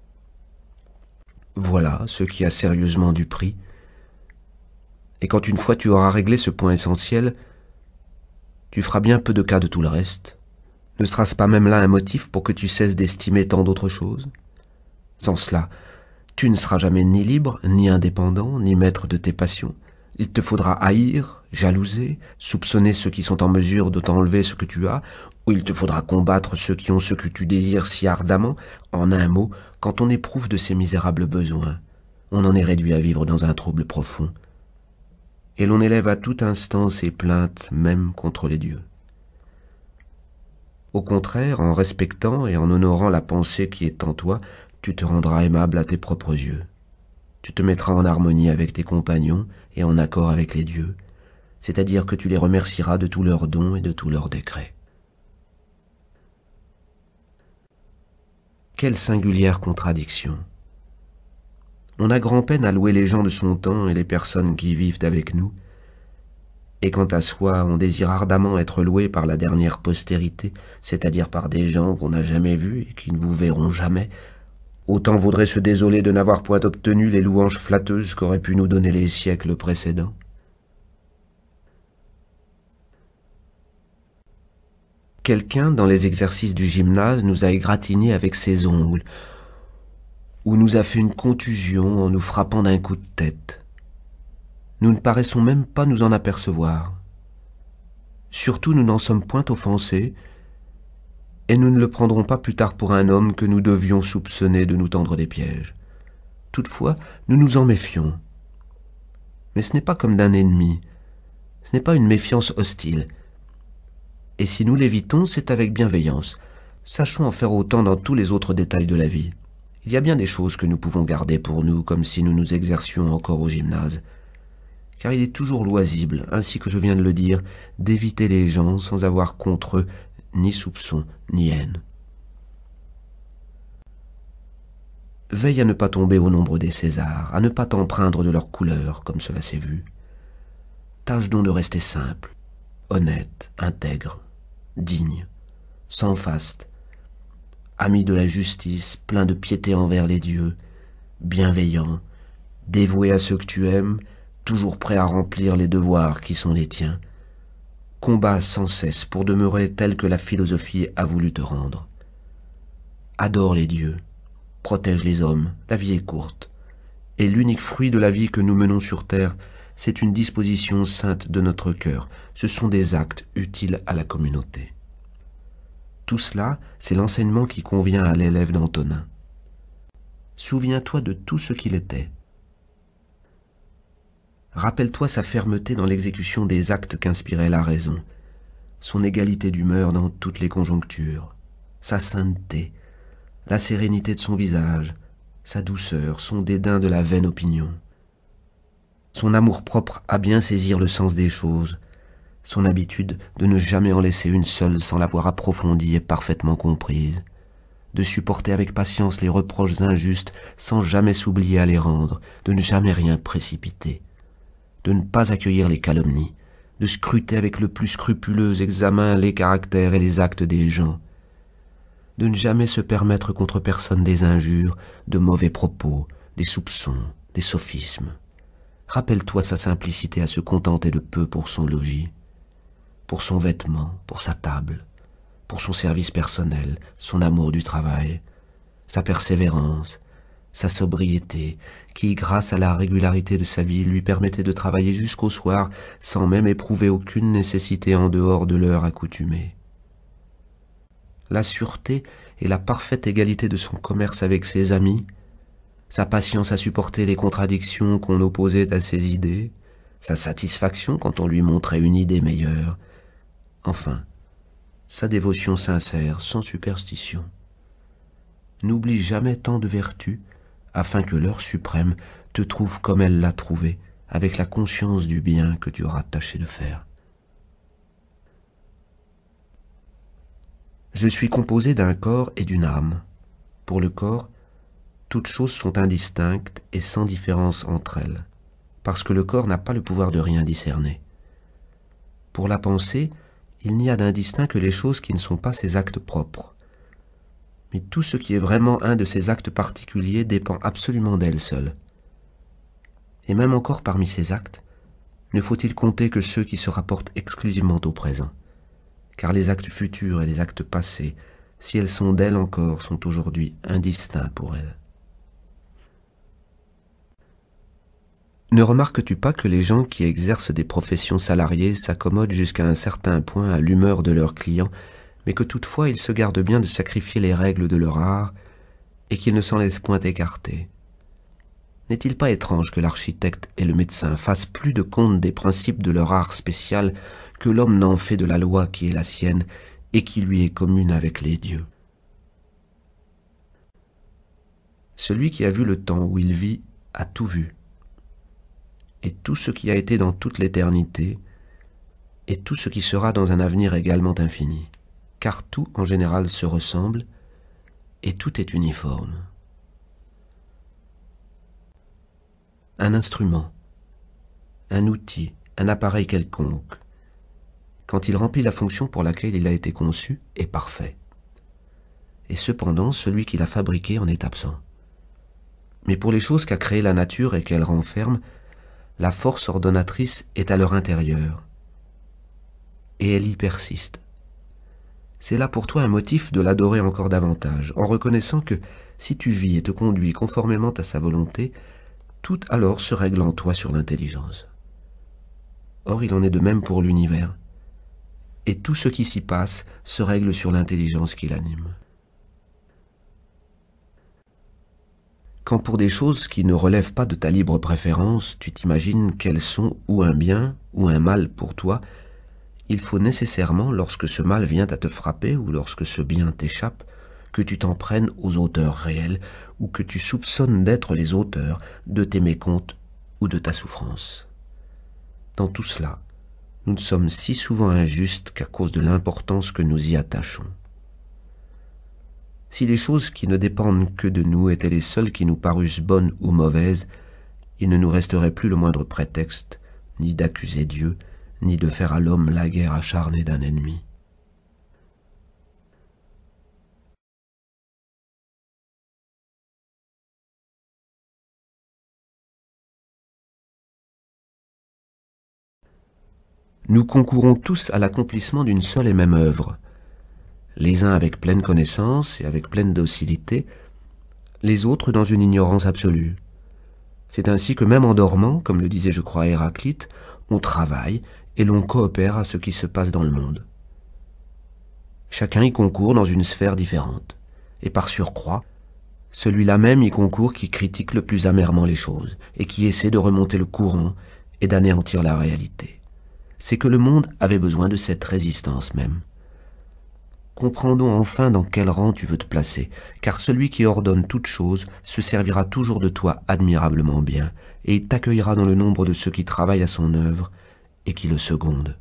Voilà ce qui a sérieusement du prix. Et quand une fois tu auras réglé ce point essentiel, tu feras bien peu de cas de tout le reste, Ne sera-ce pas même là un motif pour que tu cesses d'estimer tant d'autres choses? Sans cela, tu ne seras jamais ni libre, ni indépendant, ni maître de tes passions. Il te faudra haïr, jalouser, soupçonner ceux qui sont en mesure de t'enlever ce que tu as, ou il te faudra combattre ceux qui ont ce que tu désires si ardemment. En un mot, quand on éprouve de ces misérables besoins, on en est réduit à vivre dans un trouble profond. Et l'on élève à tout instant ses plaintes, même contre les dieux. Au contraire, en respectant et en honorant la pensée qui est en toi, tu te rendras aimable à tes propres yeux. Tu te mettras en harmonie avec tes compagnons et en accord avec les dieux, c'est-à-dire que tu les remercieras de tous leurs dons et de tous leurs décrets. Quelle singulière contradiction! On a grand-peine à louer les gens de son temps et les personnes qui vivent avec nous, et quant à soi, on désire ardemment être loué par la dernière postérité, c'est-à-dire par des gens qu'on n'a jamais vus et qui ne vous verront jamais. Autant vaudrait se désoler de n'avoir point obtenu les louanges flatteuses qu'auraient pu nous donner les siècles précédents. Quelqu'un, dans les exercices du gymnase, nous a égratignés avec ses ongles, ou nous a fait une contusion en nous frappant d'un coup de tête. Nous ne paraissons même pas nous en apercevoir. Surtout, nous n'en sommes point offensés, et nous ne le prendrons pas plus tard pour un homme que nous devions soupçonner de nous tendre des pièges. Toutefois, nous nous en méfions. Mais ce n'est pas comme d'un ennemi, ce n'est pas une méfiance hostile. Et si nous l'évitons, c'est avec bienveillance. Sachons en faire autant dans tous les autres détails de la vie. Il y a bien des choses que nous pouvons garder pour nous, comme si nous nous exercions encore au gymnase. Car il est toujours loisible, ainsi que je viens de le dire, d'éviter les gens sans avoir contre eux ni soupçon ni haine. Veille à ne pas tomber au nombre des Césars, à ne pas t'empreindre de leurs couleurs, comme cela s'est vu. Tâche donc de rester simple, honnête, intègre, digne, sans faste, ami de la justice, plein de piété envers les dieux, bienveillant, dévoué à ceux que tu aimes, toujours prêt à remplir les devoirs qui sont les tiens. Combat sans cesse pour demeurer tel que la philosophie a voulu te rendre. Adore les dieux, protège les hommes, la vie est courte, et l'unique fruit de la vie que nous menons sur terre, c'est une disposition sainte de notre cœur, ce sont des actes utiles à la communauté. Tout cela, c'est l'enseignement qui convient à l'élève d'Antonin. Souviens-toi de tout ce qu'il était. Rappelle-toi sa fermeté dans l'exécution des actes qu'inspirait la raison, son égalité d'humeur dans toutes les conjonctures, sa sainteté, la sérénité de son visage, sa douceur, son dédain de la vaine opinion, son amour-propre à bien saisir le sens des choses, son habitude de ne jamais en laisser une seule sans l'avoir approfondie et parfaitement comprise, de supporter avec patience les reproches injustes sans jamais s'oublier à les rendre, de ne jamais rien précipiter, de ne pas accueillir les calomnies, de scruter avec le plus scrupuleux examen les caractères et les actes des gens, de ne jamais se permettre contre personne des injures, de mauvais propos, des soupçons, des sophismes. Rappelle-toi sa simplicité à se contenter de peu pour son logis, pour son vêtement, pour sa table, pour son service personnel, son amour du travail, sa persévérance, sa sobriété, qui, grâce à la régularité de sa vie, lui permettait de travailler jusqu'au soir sans même éprouver aucune nécessité en dehors de l'heure accoutumée. La sûreté et la parfaite égalité de son commerce avec ses amis, sa patience à supporter les contradictions qu'on opposait à ses idées, sa satisfaction quand on lui montrait une idée meilleure, enfin, sa dévotion sincère, sans superstition. N'oublie jamais tant de vertus, afin que l'heure suprême te trouve comme elle l'a trouvé, avec la conscience du bien que tu auras tâché de faire. Je suis composé d'un corps et d'une âme. Pour le corps, toutes choses sont indistinctes et sans différence entre elles, parce que le corps n'a pas le pouvoir de rien discerner. Pour la pensée, il n'y a d'indistinct que les choses qui ne sont pas ses actes propres. Mais tout ce qui est vraiment un de ces actes particuliers dépend absolument d'elle seule. Et même encore parmi ces actes, ne faut-il compter que ceux qui se rapportent exclusivement au présent. car les actes futurs et les actes passés, si elles sont d'elle encore, sont aujourd'hui indistincts pour elle. Ne remarques-tu pas que les gens qui exercent des professions salariées s'accommodent jusqu'à un certain point à l'humeur de leurs clients, mais que toutefois ils se gardent bien de sacrifier les règles de leur art et qu'ils ne s'en laissent point écarter? N'est-il pas étrange que l'architecte et le médecin fassent plus de compte des principes de leur art spécial que l'homme n'en fait de la loi qui est la sienne et qui lui est commune avec les dieux? Celui qui a vu le temps où il vit a tout vu, et tout ce qui a été dans toute l'éternité, et tout ce qui sera dans un avenir également infini, car tout en général se ressemble, et tout est uniforme. Un instrument, un outil, un appareil quelconque, quand il remplit la fonction pour laquelle il a été conçu, est parfait. Et cependant, celui qui l'a fabriqué en est absent. Mais pour les choses qu'a créées la nature et qu'elle renferme, la force ordonnatrice est à leur intérieur, et elle y persiste. C'est là pour toi un motif de l'adorer encore davantage, en reconnaissant que, si tu vis et te conduis conformément à sa volonté, tout alors se règle en toi sur l'intelligence. Or il en est de même pour l'univers, et tout ce qui s'y passe se règle sur l'intelligence qui l'anime. Quand pour des choses qui ne relèvent pas de ta libre préférence, tu t'imagines qu'elles sont ou un bien ou un mal pour toi, il faut nécessairement, lorsque ce mal vient à te frapper ou lorsque ce bien t'échappe, que tu t'en prennes aux auteurs réels ou que tu soupçonnes d'être les auteurs de tes mécomptes ou de ta souffrance. Dans tout cela, nous ne sommes si souvent injustes qu'à cause de l'importance que nous y attachons. Si les choses qui ne dépendent que de nous étaient les seules qui nous parussent bonnes ou mauvaises, il ne nous resterait plus le moindre prétexte, ni d'accuser Dieu, ni de faire à l'homme la guerre acharnée d'un ennemi. Nous concourons tous à l'accomplissement d'une seule et même œuvre, les uns avec pleine connaissance et avec pleine docilité, les autres dans une ignorance absolue. C'est ainsi que même en dormant, comme le disait je crois Héraclite, on travaille et l'on coopère à ce qui se passe dans le monde. Chacun y concourt dans une sphère différente, et par surcroît, celui-là même y concourt qui critique le plus amèrement les choses, et qui essaie de remonter le courant et d'anéantir la réalité. C'est que le monde avait besoin de cette résistance même. Comprendons enfin dans quel rang tu veux te placer, car celui qui ordonne toute chose se servira toujours de toi admirablement bien, et il t'accueillera dans le nombre de ceux qui travaillent à son œuvre et qui le secondent.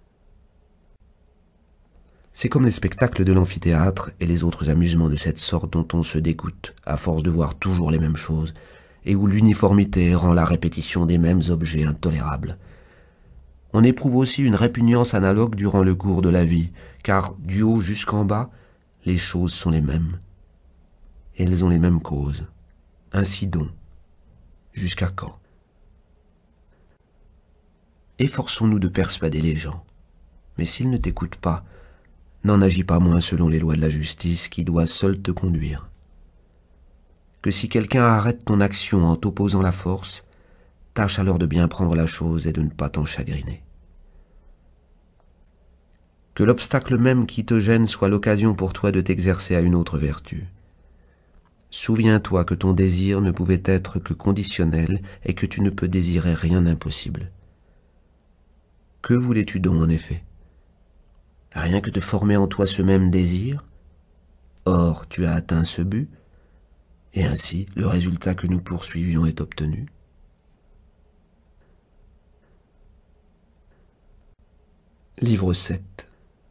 C'est comme les spectacles de l'amphithéâtre et les autres amusements de cette sorte dont on se dégoûte à force de voir toujours les mêmes choses, et où l'uniformité rend la répétition des mêmes objets intolérable. On éprouve aussi une répugnance analogue durant le cours de la vie, car du haut jusqu'en bas, les choses sont les mêmes. Et elles ont les mêmes causes. Ainsi donc, jusqu'à quand? Efforçons-nous de persuader les gens, mais s'ils ne t'écoutent pas, n'en agis pas moins selon les lois de la justice qui doit seul te conduire. Que si quelqu'un arrête ton action en t'opposant la force, tâche alors de bien prendre la chose et de ne pas t'en chagriner. Que l'obstacle même qui te gêne soit l'occasion pour toi de t'exercer à une autre vertu. Souviens-toi que ton désir ne pouvait être que conditionnel et que tu ne peux désirer rien d'impossible. Que voulais-tu donc en effet? Rien que de former en toi ce même désir? Or, tu as atteint ce but, et ainsi le résultat que nous poursuivions est obtenu. Livre sept.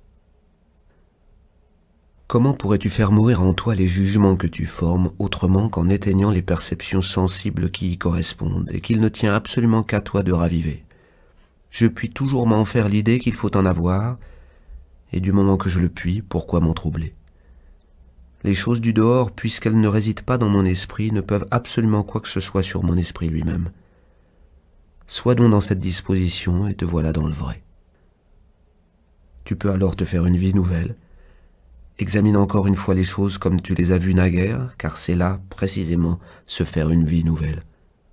Comment pourrais-tu faire mourir en toi les jugements que tu formes autrement qu'en éteignant les perceptions sensibles qui y correspondent et qu'il ne tient absolument qu'à toi de raviver? Je puis toujours m'en faire l'idée qu'il faut en avoir, et du moment que je le puis, pourquoi m'en troubler? Les choses du dehors, puisqu'elles ne résident pas dans mon esprit, ne peuvent absolument quoi que ce soit sur mon esprit lui-même. Sois donc dans cette disposition et te voilà dans le vrai. Tu peux alors te faire une vie nouvelle. Examine encore une fois les choses comme tu les as vues naguère, car c'est là, précisément, se faire une vie nouvelle.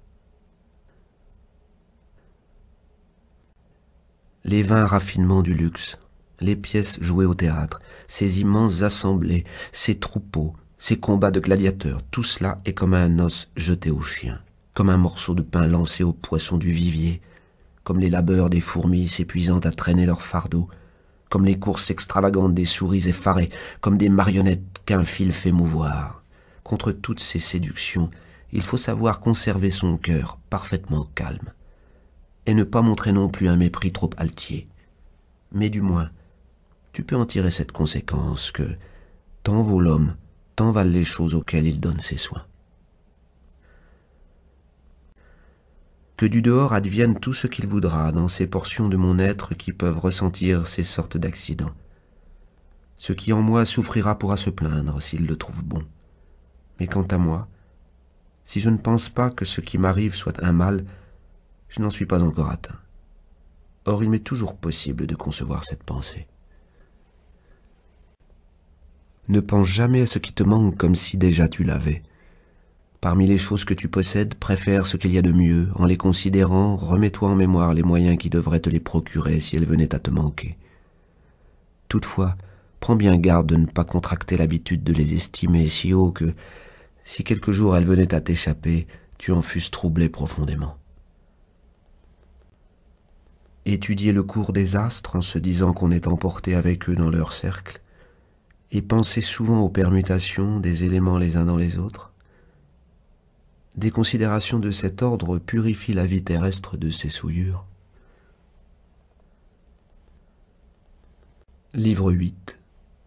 Les vains raffinements du luxe, les pièces jouées au théâtre, ces immenses assemblées, ces troupeaux, ces combats de gladiateurs, tout cela est comme un os jeté aux chiens, comme un morceau de pain lancé aux poissons du vivier, comme les labeurs des fourmis s'épuisant à traîner leur fardeau, comme les courses extravagantes des souris effarées, comme des marionnettes qu'un fil fait mouvoir. Contre toutes ces séductions, il faut savoir conserver son cœur parfaitement calme, et ne pas montrer non plus un mépris trop altier. Mais du moins, tu peux en tirer cette conséquence que tant vaut l'homme, tant valent les choses auxquelles il donne ses soins. Que du dehors advienne tout ce qu'il voudra dans ces portions de mon être qui peuvent ressentir ces sortes d'accidents. Ce qui en moi souffrira pourra se plaindre s'il le trouve bon. Mais quant à moi, si je ne pense pas que ce qui m'arrive soit un mal, je n'en suis pas encore atteint. Or il m'est toujours possible de concevoir cette pensée. Ne pense jamais à ce qui te manque comme si déjà tu l'avais. Parmi les choses que tu possèdes, préfère ce qu'il y a de mieux. En les considérant, remets-toi en mémoire les moyens qui devraient te les procurer si elles venaient à te manquer. Toutefois, prends bien garde de ne pas contracter l'habitude de les estimer si haut que, si quelque jour elles venaient à t'échapper, tu en fusses troublé profondément. Étudier le cours des astres en se disant qu'on est emporté avec eux dans leur cercle, et penser souvent aux permutations des éléments les uns dans les autres. Des considérations de cet ordre purifient la vie terrestre de ses souillures. Livre huit.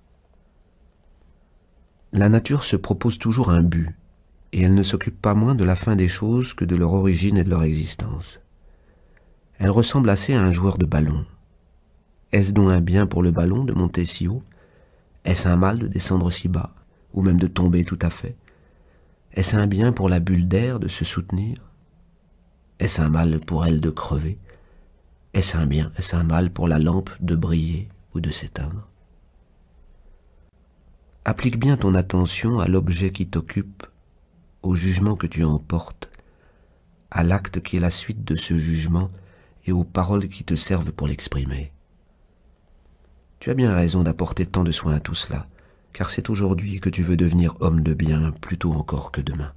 La nature se propose toujours un but, et elle ne s'occupe pas moins de la fin des choses que de leur origine et de leur existence. Elle ressemble assez à un joueur de ballon. Est-ce donc un bien pour le ballon de monter si haut? Est-ce un mal de descendre si bas, ou même de tomber tout à fait? Est-ce un bien pour la bulle d'air de se soutenir? Est-ce un mal pour elle de crever? Est-ce un bien, est-ce un mal pour la lampe de briller ou de s'éteindre? Applique bien ton attention à l'objet qui t'occupe, au jugement que tu en portes, à l'acte qui est la suite de ce jugement et aux paroles qui te servent pour l'exprimer. Tu as bien raison d'apporter tant de soin à tout cela, car c'est aujourd'hui que tu veux devenir homme de bien plutôt encore que demain.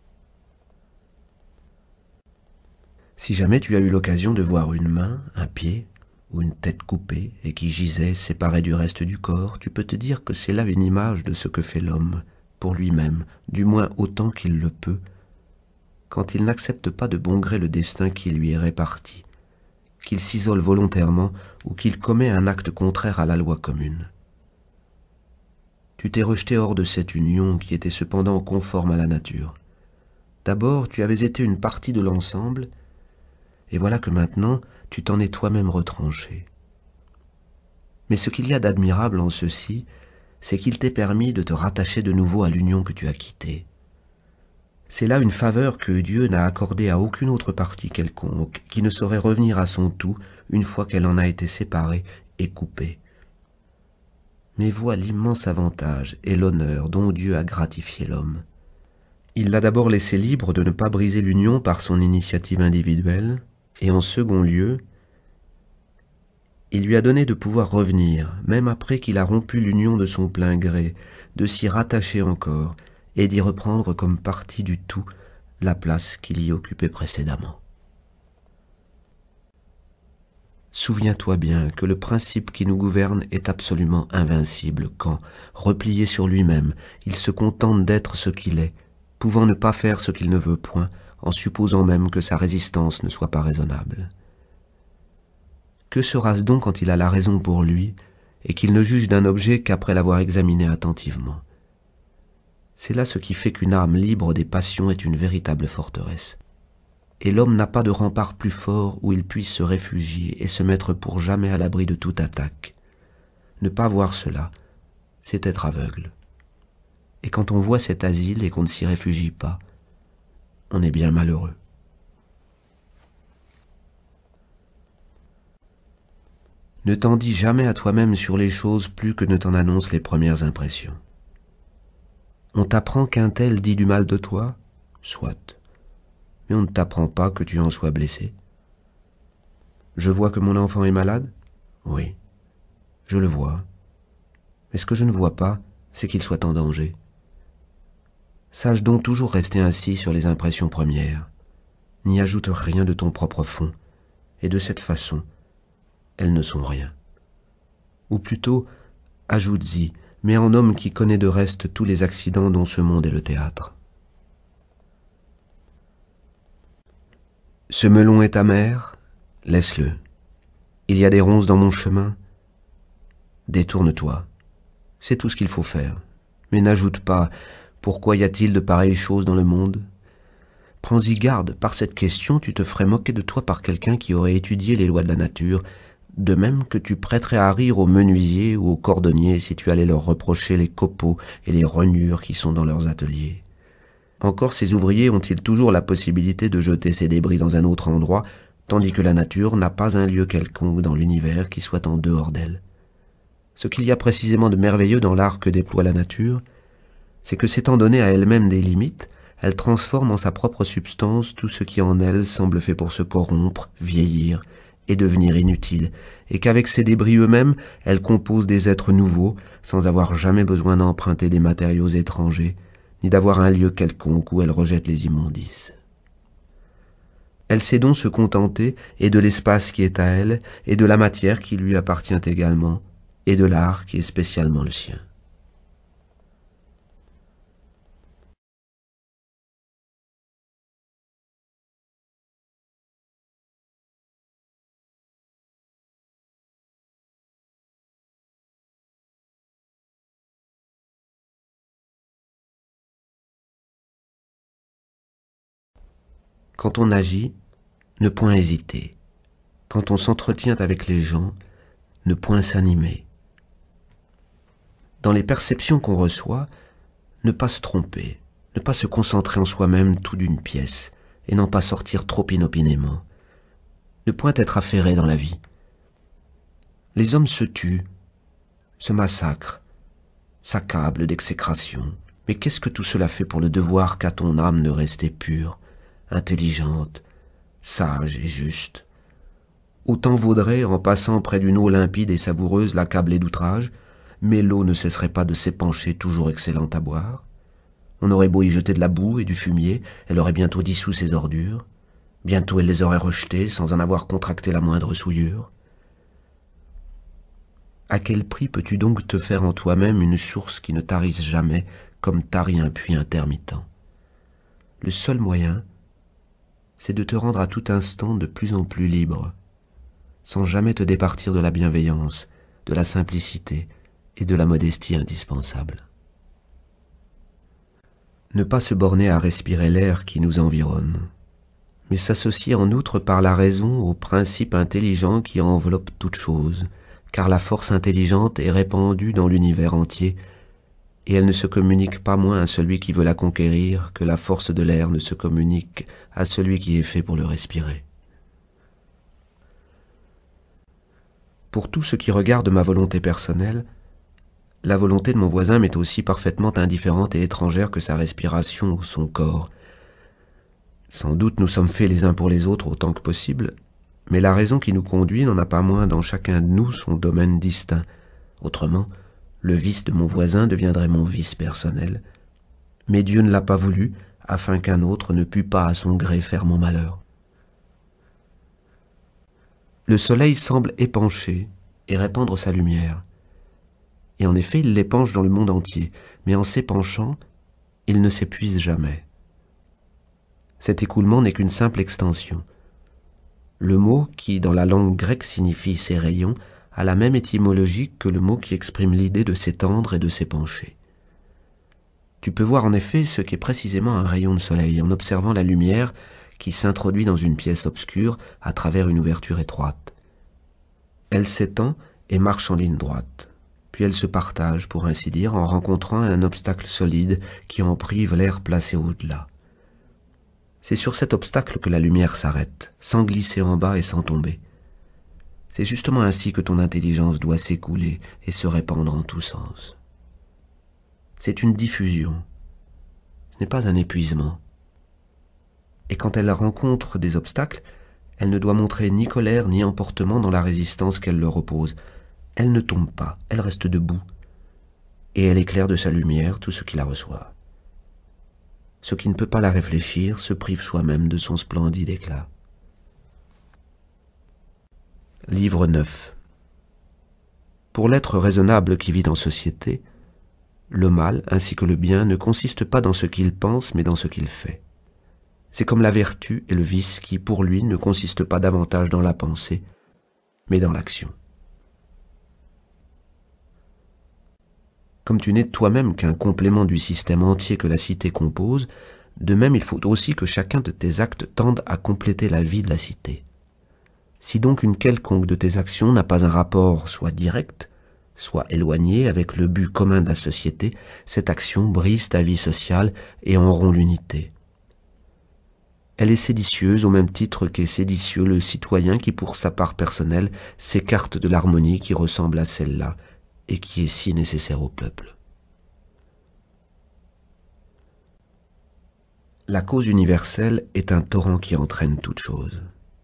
Si jamais tu as eu l'occasion de voir une main, un pied ou une tête coupée et qui gisait séparée du reste du corps, tu peux te dire que c'est là une image de ce que fait l'homme pour lui-même, du moins autant qu'il le peut, quand il n'accepte pas de bon gré le destin qui lui est réparti, qu'il s'isole volontairement ou qu'il commet un acte contraire à la loi commune. Tu t'es rejeté hors de cette union qui était cependant conforme à la nature. D'abord, tu avais été une partie de l'ensemble, et voilà que maintenant, tu t'en es toi-même retranché. Mais ce qu'il y a d'admirable en ceci, c'est qu'il t'est permis de te rattacher de nouveau à l'union que tu as quittée. C'est là une faveur que Dieu n'a accordée à aucune autre partie quelconque, qui ne saurait revenir à son tout une fois qu'elle en a été séparée et coupée. Mais vois l'immense avantage et l'honneur dont Dieu a gratifié l'homme. Il l'a d'abord laissé libre de ne pas briser l'union par son initiative individuelle, et en second lieu, il lui a donné de pouvoir revenir, même après qu'il a rompu l'union de son plein gré, de s'y rattacher encore, et d'y reprendre comme partie du tout la place qu'il y occupait précédemment. Souviens-toi bien que le principe qui nous gouverne est absolument invincible quand, replié sur lui-même, il se contente d'être ce qu'il est, pouvant ne pas faire ce qu'il ne veut point, en supposant même que sa résistance ne soit pas raisonnable. Que sera-ce donc quand il a la raison pour lui, et qu'il ne juge d'un objet qu'après l'avoir examiné attentivement? C'est là ce qui fait qu'une âme libre des passions est une véritable forteresse. Et l'homme n'a pas de rempart plus fort où il puisse se réfugier et se mettre pour jamais à l'abri de toute attaque. Ne pas voir cela, c'est être aveugle. Et quand on voit cet asile et qu'on ne s'y réfugie pas, on est bien malheureux. Ne t'en dis jamais à toi-même sur les choses plus que ne t'en annoncent les premières impressions. On t'apprend qu'un tel dit du mal de toi, soit, mais on ne t'apprend pas que tu en sois blessé. Je vois que mon enfant est malade? Oui, je le vois. Mais ce que je ne vois pas, c'est qu'il soit en danger. Sache donc toujours rester ainsi sur les impressions premières. N'y ajoute rien de ton propre fond, et de cette façon, elles ne sont rien. Ou plutôt, ajoute-y, mais en homme qui connaît de reste tous les accidents dont ce monde est le théâtre. Ce melon est amer, laisse-le. Il y a des ronces dans mon chemin, détourne-toi. C'est tout ce qu'il faut faire. Mais n'ajoute pas « Pourquoi y a-t-il de pareilles choses dans le monde ?» Prends-y garde, par cette question tu te ferais moquer de toi par quelqu'un qui aurait étudié les lois de la nature, de même que tu prêterais à rire aux menuisiers ou aux cordonniers si tu allais leur reprocher les copeaux et les rognures qui sont dans leurs ateliers. Encore ces ouvriers ont-ils toujours la possibilité de jeter ces débris dans un autre endroit, tandis que la nature n'a pas un lieu quelconque dans l'univers qui soit en dehors d'elle. Ce qu'il y a précisément de merveilleux dans l'art que déploie la nature, c'est que s'étant donné à elle-même des limites, elle transforme en sa propre substance tout ce qui en elle semble fait pour se corrompre, vieillir et devenir inutile, et qu'avec ces débris eux-mêmes, elle compose des êtres nouveaux, sans avoir jamais besoin d'emprunter des matériaux étrangers, ni d'avoir un lieu quelconque où elle rejette les immondices. Elle sait donc se contenter et de l'espace qui est à elle, et de la matière qui lui appartient également, et de l'art qui est spécialement le sien. Quand on agit, ne point hésiter. Quand on s'entretient avec les gens, ne point s'animer. Dans les perceptions qu'on reçoit, ne pas se tromper, ne pas se concentrer en soi-même tout d'une pièce, et n'en pas sortir trop inopinément. Ne point être affairé dans la vie. Les hommes se tuent, se massacrent, s'accablent d'exécration. Mais qu'est-ce que tout cela fait pour le devoir qu'a ton âme de rester pure, intelligente, sage et juste? Autant vaudrait, en passant près d'une eau limpide et savoureuse, l'accabler d'outrage, mais l'eau ne cesserait pas de s'épancher, toujours excellente à boire. On aurait beau y jeter de la boue et du fumier, elle aurait bientôt dissous ses ordures. Bientôt elle les aurait rejetées, sans en avoir contracté la moindre souillure. À quel prix peux-tu donc te faire en toi-même une source qui ne tarisse jamais, comme tarit un puits intermittent? Le seul moyen, c'est de te rendre à tout instant de plus en plus libre, sans jamais te départir de la bienveillance, de la simplicité et de la modestie indispensable. Ne pas se borner à respirer l'air qui nous environne, mais s'associer en outre par la raison au principe intelligent qui enveloppe toute chose, car la force intelligente est répandue dans l'univers entier, et elle ne se communique pas moins à celui qui veut la conquérir que la force de l'air ne se communique à celui qui est fait pour le respirer. Pour tout ce qui regarde ma volonté personnelle, la volonté de mon voisin m'est aussi parfaitement indifférente et étrangère que sa respiration ou son corps. Sans doute nous sommes faits les uns pour les autres autant que possible, mais la raison qui nous conduit n'en a pas moins dans chacun de nous son domaine distinct. Autrement, le vice de mon voisin deviendrait mon vice personnel. Mais Dieu ne l'a pas voulu, afin qu'un autre ne pût pas à son gré faire mon malheur. Le soleil semble épancher et répandre sa lumière. Et en effet, il l'épanche dans le monde entier, mais en s'épanchant, il ne s'épuise jamais. Cet écoulement n'est qu'une simple extension. Le mot qui, dans la langue grecque, signifie « ses rayons », a la même étymologie que le mot qui exprime l'idée de s'étendre et de s'épancher. Tu peux voir en effet ce qu'est précisément un rayon de soleil en observant la lumière qui s'introduit dans une pièce obscure à travers une ouverture étroite. Elle s'étend et marche en ligne droite, puis elle se partage, pour ainsi dire, en rencontrant un obstacle solide qui en prive l'air placé au-delà. C'est sur cet obstacle que la lumière s'arrête, sans glisser en bas et sans tomber. C'est justement ainsi que ton intelligence doit s'écouler et se répandre en tous sens. C'est une diffusion, ce n'est pas un épuisement. Et quand elle rencontre des obstacles, elle ne doit montrer ni colère ni emportement dans la résistance qu'elle leur oppose. Elle ne tombe pas, elle reste debout, et elle éclaire de sa lumière tout ce qui la reçoit. Ce qui ne peut pas la réfléchir se prive soi-même de son splendide éclat. Livre neuf. Pour l'être raisonnable qui vit en société, le mal ainsi que le bien ne consiste pas dans ce qu'il pense mais dans ce qu'il fait. C'est comme la vertu et le vice qui, pour lui, ne consistent pas davantage dans la pensée, mais dans l'action. Comme tu n'es toi-même qu'un complément du système entier que la cité compose, de même il faut aussi que chacun de tes actes tende à compléter la vie de la cité. Si donc une quelconque de tes actions n'a pas un rapport soit direct, soit éloigné avec le but commun de la société, cette action brise ta vie sociale et en rompt l'unité. Elle est séditieuse au même titre qu'est séditieux le citoyen qui, pour sa part personnelle, s'écarte de l'harmonie qui ressemble à celle-là et qui est si nécessaire au peuple. La cause universelle est un torrent qui entraîne toute chose.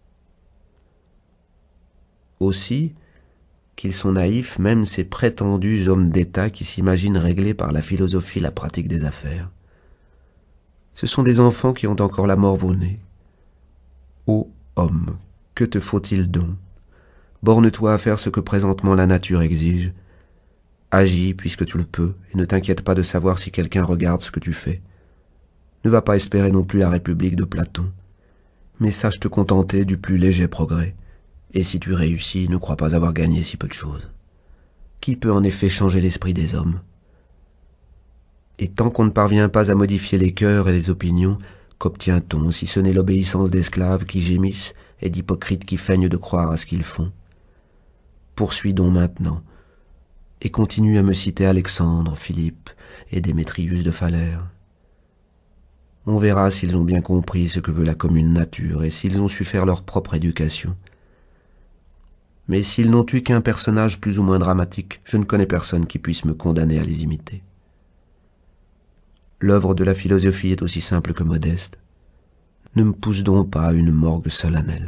Aussi, qu'ils sont naïfs même ces prétendus hommes d'État qui s'imaginent régler par la philosophie la pratique des affaires. Ce sont des enfants qui ont encore la morve au nez. Ô homme, que te faut-il donc? Borne-toi à faire ce que présentement la nature exige. Agis puisque tu le peux, et ne t'inquiète pas de savoir si quelqu'un regarde ce que tu fais. Ne va pas espérer non plus la République de Platon, mais sache te contenter du plus léger progrès, et si tu réussis, ne crois pas avoir gagné si peu de choses. Qui peut en effet changer l'esprit des hommes? Et tant qu'on ne parvient pas à modifier les cœurs et les opinions, qu'obtient-on si ce n'est l'obéissance d'esclaves qui gémissent et d'hypocrites qui feignent de croire à ce qu'ils font? Poursuis donc maintenant, et continue à me citer Alexandre, Philippe et Démétrius de Phalère. On verra s'ils ont bien compris ce que veut la commune nature et s'ils ont su faire leur propre éducation. Mais s'ils n'ont eu qu'un personnage plus ou moins dramatique, je ne connais personne qui puisse me condamner à les imiter. L'œuvre de la philosophie est aussi simple que modeste. Ne me pousse donc pas à une morgue solennelle.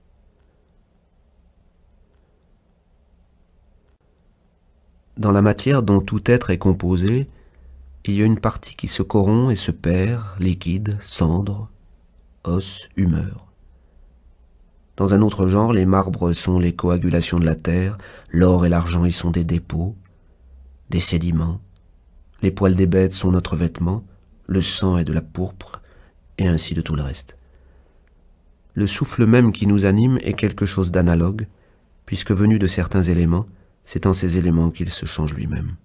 Dans la matière dont tout être est composé, il y a une partie qui se corrompt et se perd, liquide, cendre, os, humeur. Dans un autre genre, les marbres sont les coagulations de la terre, l'or et l'argent y sont des dépôts, des sédiments, les poils des bêtes sont notre vêtement, le sang est de la pourpre, et ainsi de tout le reste. Le souffle même qui nous anime est quelque chose d'analogue, puisque venu de certains éléments, c'est en ces éléments qu'il se change lui-même.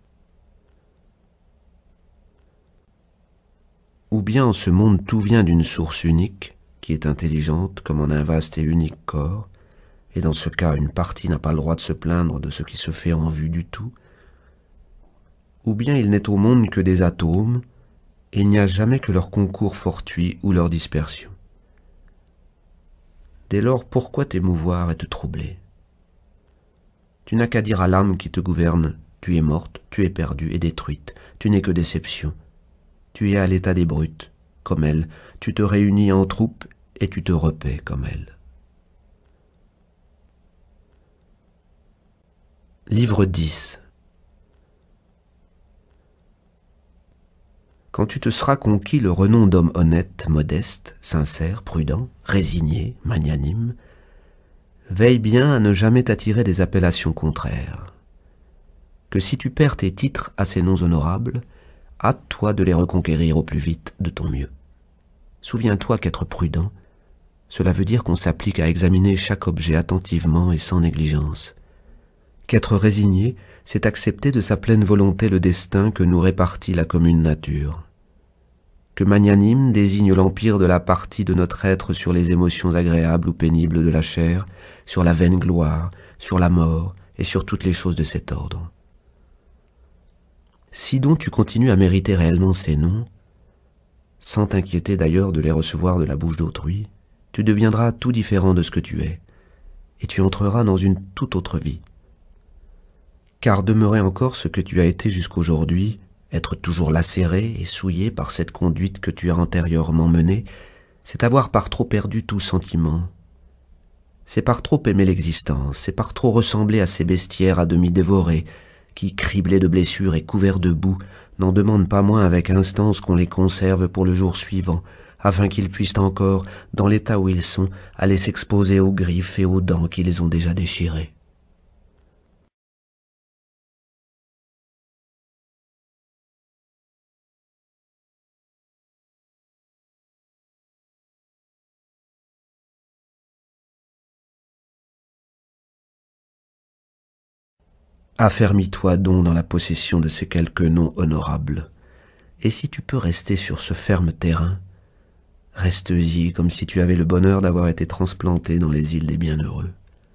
Ou bien en ce monde tout vient d'une source unique, qui est intelligente comme en un vaste et unique corps, et dans ce cas une partie n'a pas le droit de se plaindre de ce qui se fait en vue du tout, ou bien il n'est au monde que des atomes, et il n'y a jamais que leur concours fortuit ou leur dispersion. Dès lors, pourquoi t'émouvoir et te troubler? Tu n'as qu'à dire à l'âme qui te gouverne, tu es morte, tu es perdue et détruite, tu n'es que déception. Tu es à l'état des brutes, comme elle, tu te réunis en troupe et tu te repais comme elle. Livre dix. Quand tu te seras conquis le renom d'homme honnête, modeste, sincère, prudent, résigné, magnanime, veille bien à ne jamais t'attirer des appellations contraires. Que si tu perds tes titres à ces noms honorables, hâte-toi de les reconquérir au plus vite de ton mieux. Souviens-toi qu'être prudent, cela veut dire qu'on s'applique à examiner chaque objet attentivement et sans négligence. Qu'être résigné, c'est accepter de sa pleine volonté le destin que nous répartit la commune nature. Que magnanime désigne l'empire de la partie de notre être sur les émotions agréables ou pénibles de la chair, sur la vaine gloire, sur la mort et sur toutes les choses de cet ordre. Si donc tu continues à mériter réellement ces noms, sans t'inquiéter d'ailleurs de les recevoir de la bouche d'autrui, tu deviendras tout différent de ce que tu es, et tu entreras dans une toute autre vie. Car demeurer encore ce que tu as été jusqu'aujourd'hui, être toujours lacéré et souillé par cette conduite que tu as antérieurement menée, c'est avoir par trop perdu tout sentiment. C'est par trop aimer l'existence, c'est par trop ressembler à ces bestiaires à demi dévorés, qui, criblés de blessures et couverts de boue, n'en demandent pas moins avec instance qu'on les conserve pour le jour suivant, afin qu'ils puissent encore, dans l'état où ils sont, aller s'exposer aux griffes et aux dents qui les ont déjà déchirés. Affermis-toi donc dans la possession de ces quelques noms honorables, et si tu peux rester sur ce ferme terrain, reste-y comme si tu avais le bonheur d'avoir été transplanté dans les îles des bienheureux.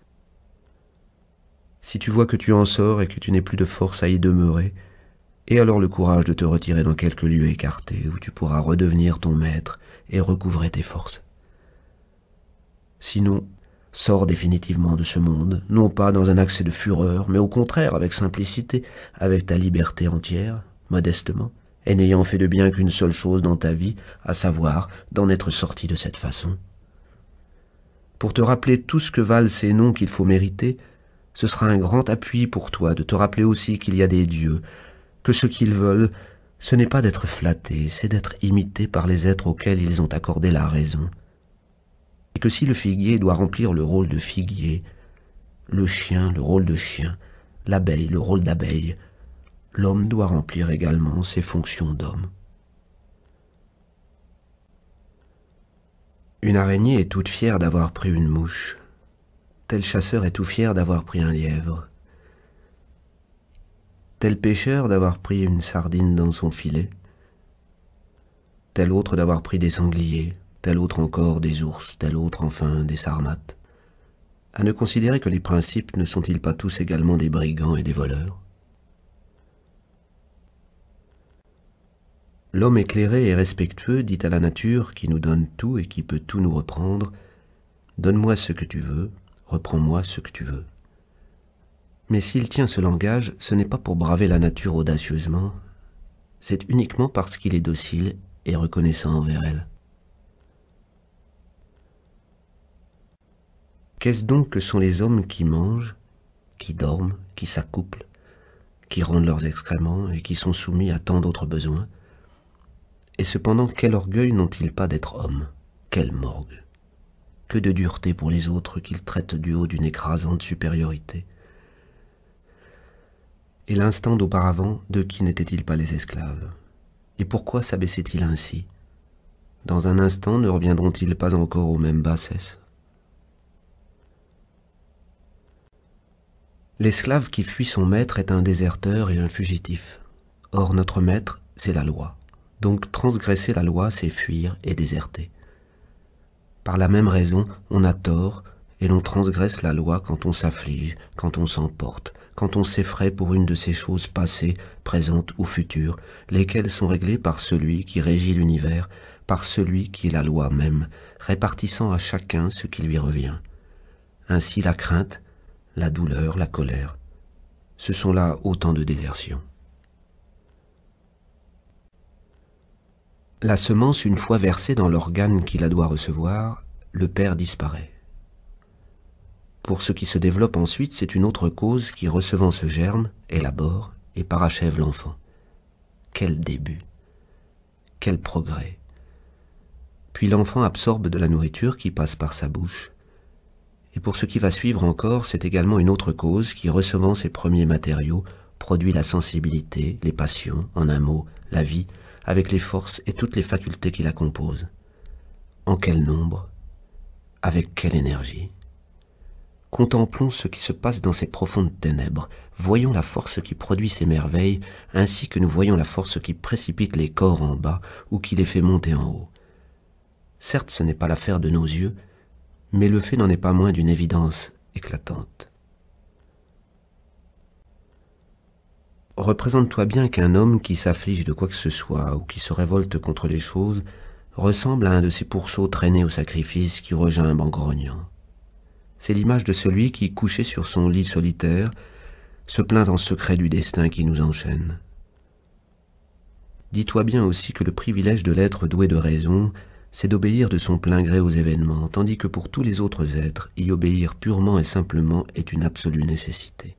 Si tu vois que tu en sors et que tu n'es plus de force à y demeurer, aie alors le courage de te retirer dans quelque lieu écarté où tu pourras redevenir ton maître et recouvrer tes forces. Sinon, sors définitivement de ce monde, non pas dans un accès de fureur, mais au contraire avec simplicité, avec ta liberté entière, modestement, et n'ayant fait de bien qu'une seule chose dans ta vie, à savoir d'en être sorti de cette façon. Pour te rappeler tout ce que valent ces noms qu'il faut mériter, ce sera un grand appui pour toi de te rappeler aussi qu'il y a des dieux, que ce qu'ils veulent, ce n'est pas d'être flatté, c'est d'être imité par les êtres auxquels ils ont accordé la raison. Et que si le figuier doit remplir le rôle de figuier, le chien le rôle de chien, l'abeille le rôle d'abeille, l'homme doit remplir également ses fonctions d'homme. Une araignée est toute fière d'avoir pris une mouche. Tel chasseur est tout fier d'avoir pris un lièvre. Tel pêcheur d'avoir pris une sardine dans son filet. Tel autre d'avoir pris des sangliers. Tel autre encore des ours, tel autre enfin des sarmates. À ne considérer que les principes ne sont-ils pas tous également des brigands et des voleurs? L'homme éclairé et respectueux dit à la nature qui nous donne tout et qui peut tout nous reprendre, « Donne-moi ce que tu veux, reprends-moi ce que tu veux. » Mais s'il tient ce langage, ce n'est pas pour braver la nature audacieusement, c'est uniquement parce qu'il est docile et reconnaissant envers elle. Qu'est-ce donc que sont les hommes qui mangent, qui dorment, qui s'accouplent, qui rendent leurs excréments et qui sont soumis à tant d'autres besoins? Et cependant, quel orgueil n'ont-ils pas d'être hommes? Quelle morgue! Que de dureté pour les autres qu'ils traitent du haut d'une écrasante supériorité. Et l'instant d'auparavant, de qui n'étaient-ils pas les esclaves? Et pourquoi s'abaissaient-ils ainsi? Dans un instant, ne reviendront-ils pas encore aux mêmes bassesses? L'esclave qui fuit son maître est un déserteur et un fugitif. Or notre maître, c'est la loi. Donc transgresser la loi, c'est fuir et déserter. Par la même raison, on a tort et l'on transgresse la loi quand on s'afflige, quand on s'emporte, quand on s'effraie pour une de ces choses passées, présentes ou futures, lesquelles sont réglées par celui qui régit l'univers, par celui qui est la loi même, répartissant à chacun ce qui lui revient. Ainsi la crainte, la douleur, la colère, ce sont là autant de désertions. La semence, une fois versée dans l'organe qui la doit recevoir, le père disparaît. Pour ce qui se développe ensuite, c'est une autre cause qui, recevant ce germe, élabore et parachève l'enfant. Quel début! Quel progrès! Puis l'enfant absorbe de la nourriture qui passe par sa bouche. Et pour ce qui va suivre encore, c'est également une autre cause qui, recevant ses premiers matériaux, produit la sensibilité, les passions, en un mot, la vie, avec les forces et toutes les facultés qui la composent. En quel nombre? Avec quelle énergie? Contemplons ce qui se passe dans ces profondes ténèbres, voyons la force qui produit ces merveilles, ainsi que nous voyons la force qui précipite les corps en bas ou qui les fait monter en haut. Certes, ce n'est pas l'affaire de nos yeux, mais le fait n'en est pas moins d'une évidence éclatante. Représente-toi bien qu'un homme qui s'afflige de quoi que ce soit ou qui se révolte contre les choses ressemble à un de ces pourceaux traînés au sacrifice qui regimbent en grognant. C'est l'image de celui qui, couché sur son lit solitaire, se plaint en secret du destin qui nous enchaîne. Dis-toi bien aussi que le privilège de l'être doué de raison, c'est d'obéir de son plein gré aux événements, tandis que pour tous les autres êtres, y obéir purement et simplement est une absolue nécessité.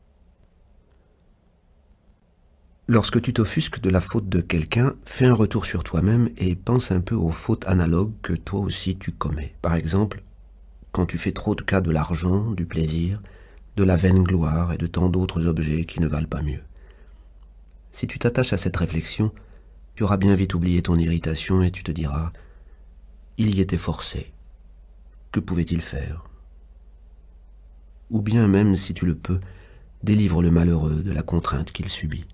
Lorsque tu t'offusques de la faute de quelqu'un, fais un retour sur toi-même et pense un peu aux fautes analogues que toi aussi tu commets. Par exemple, quand tu fais trop de cas de l'argent, du plaisir, de la vaine gloire et de tant d'autres objets qui ne valent pas mieux. Si tu t'attaches à cette réflexion, tu auras bien vite oublié ton irritation et tu te diras « Il y était forcé. Que pouvait-il faire ?» Ou bien même, si tu le peux, délivre le malheureux de la contrainte qu'il subit.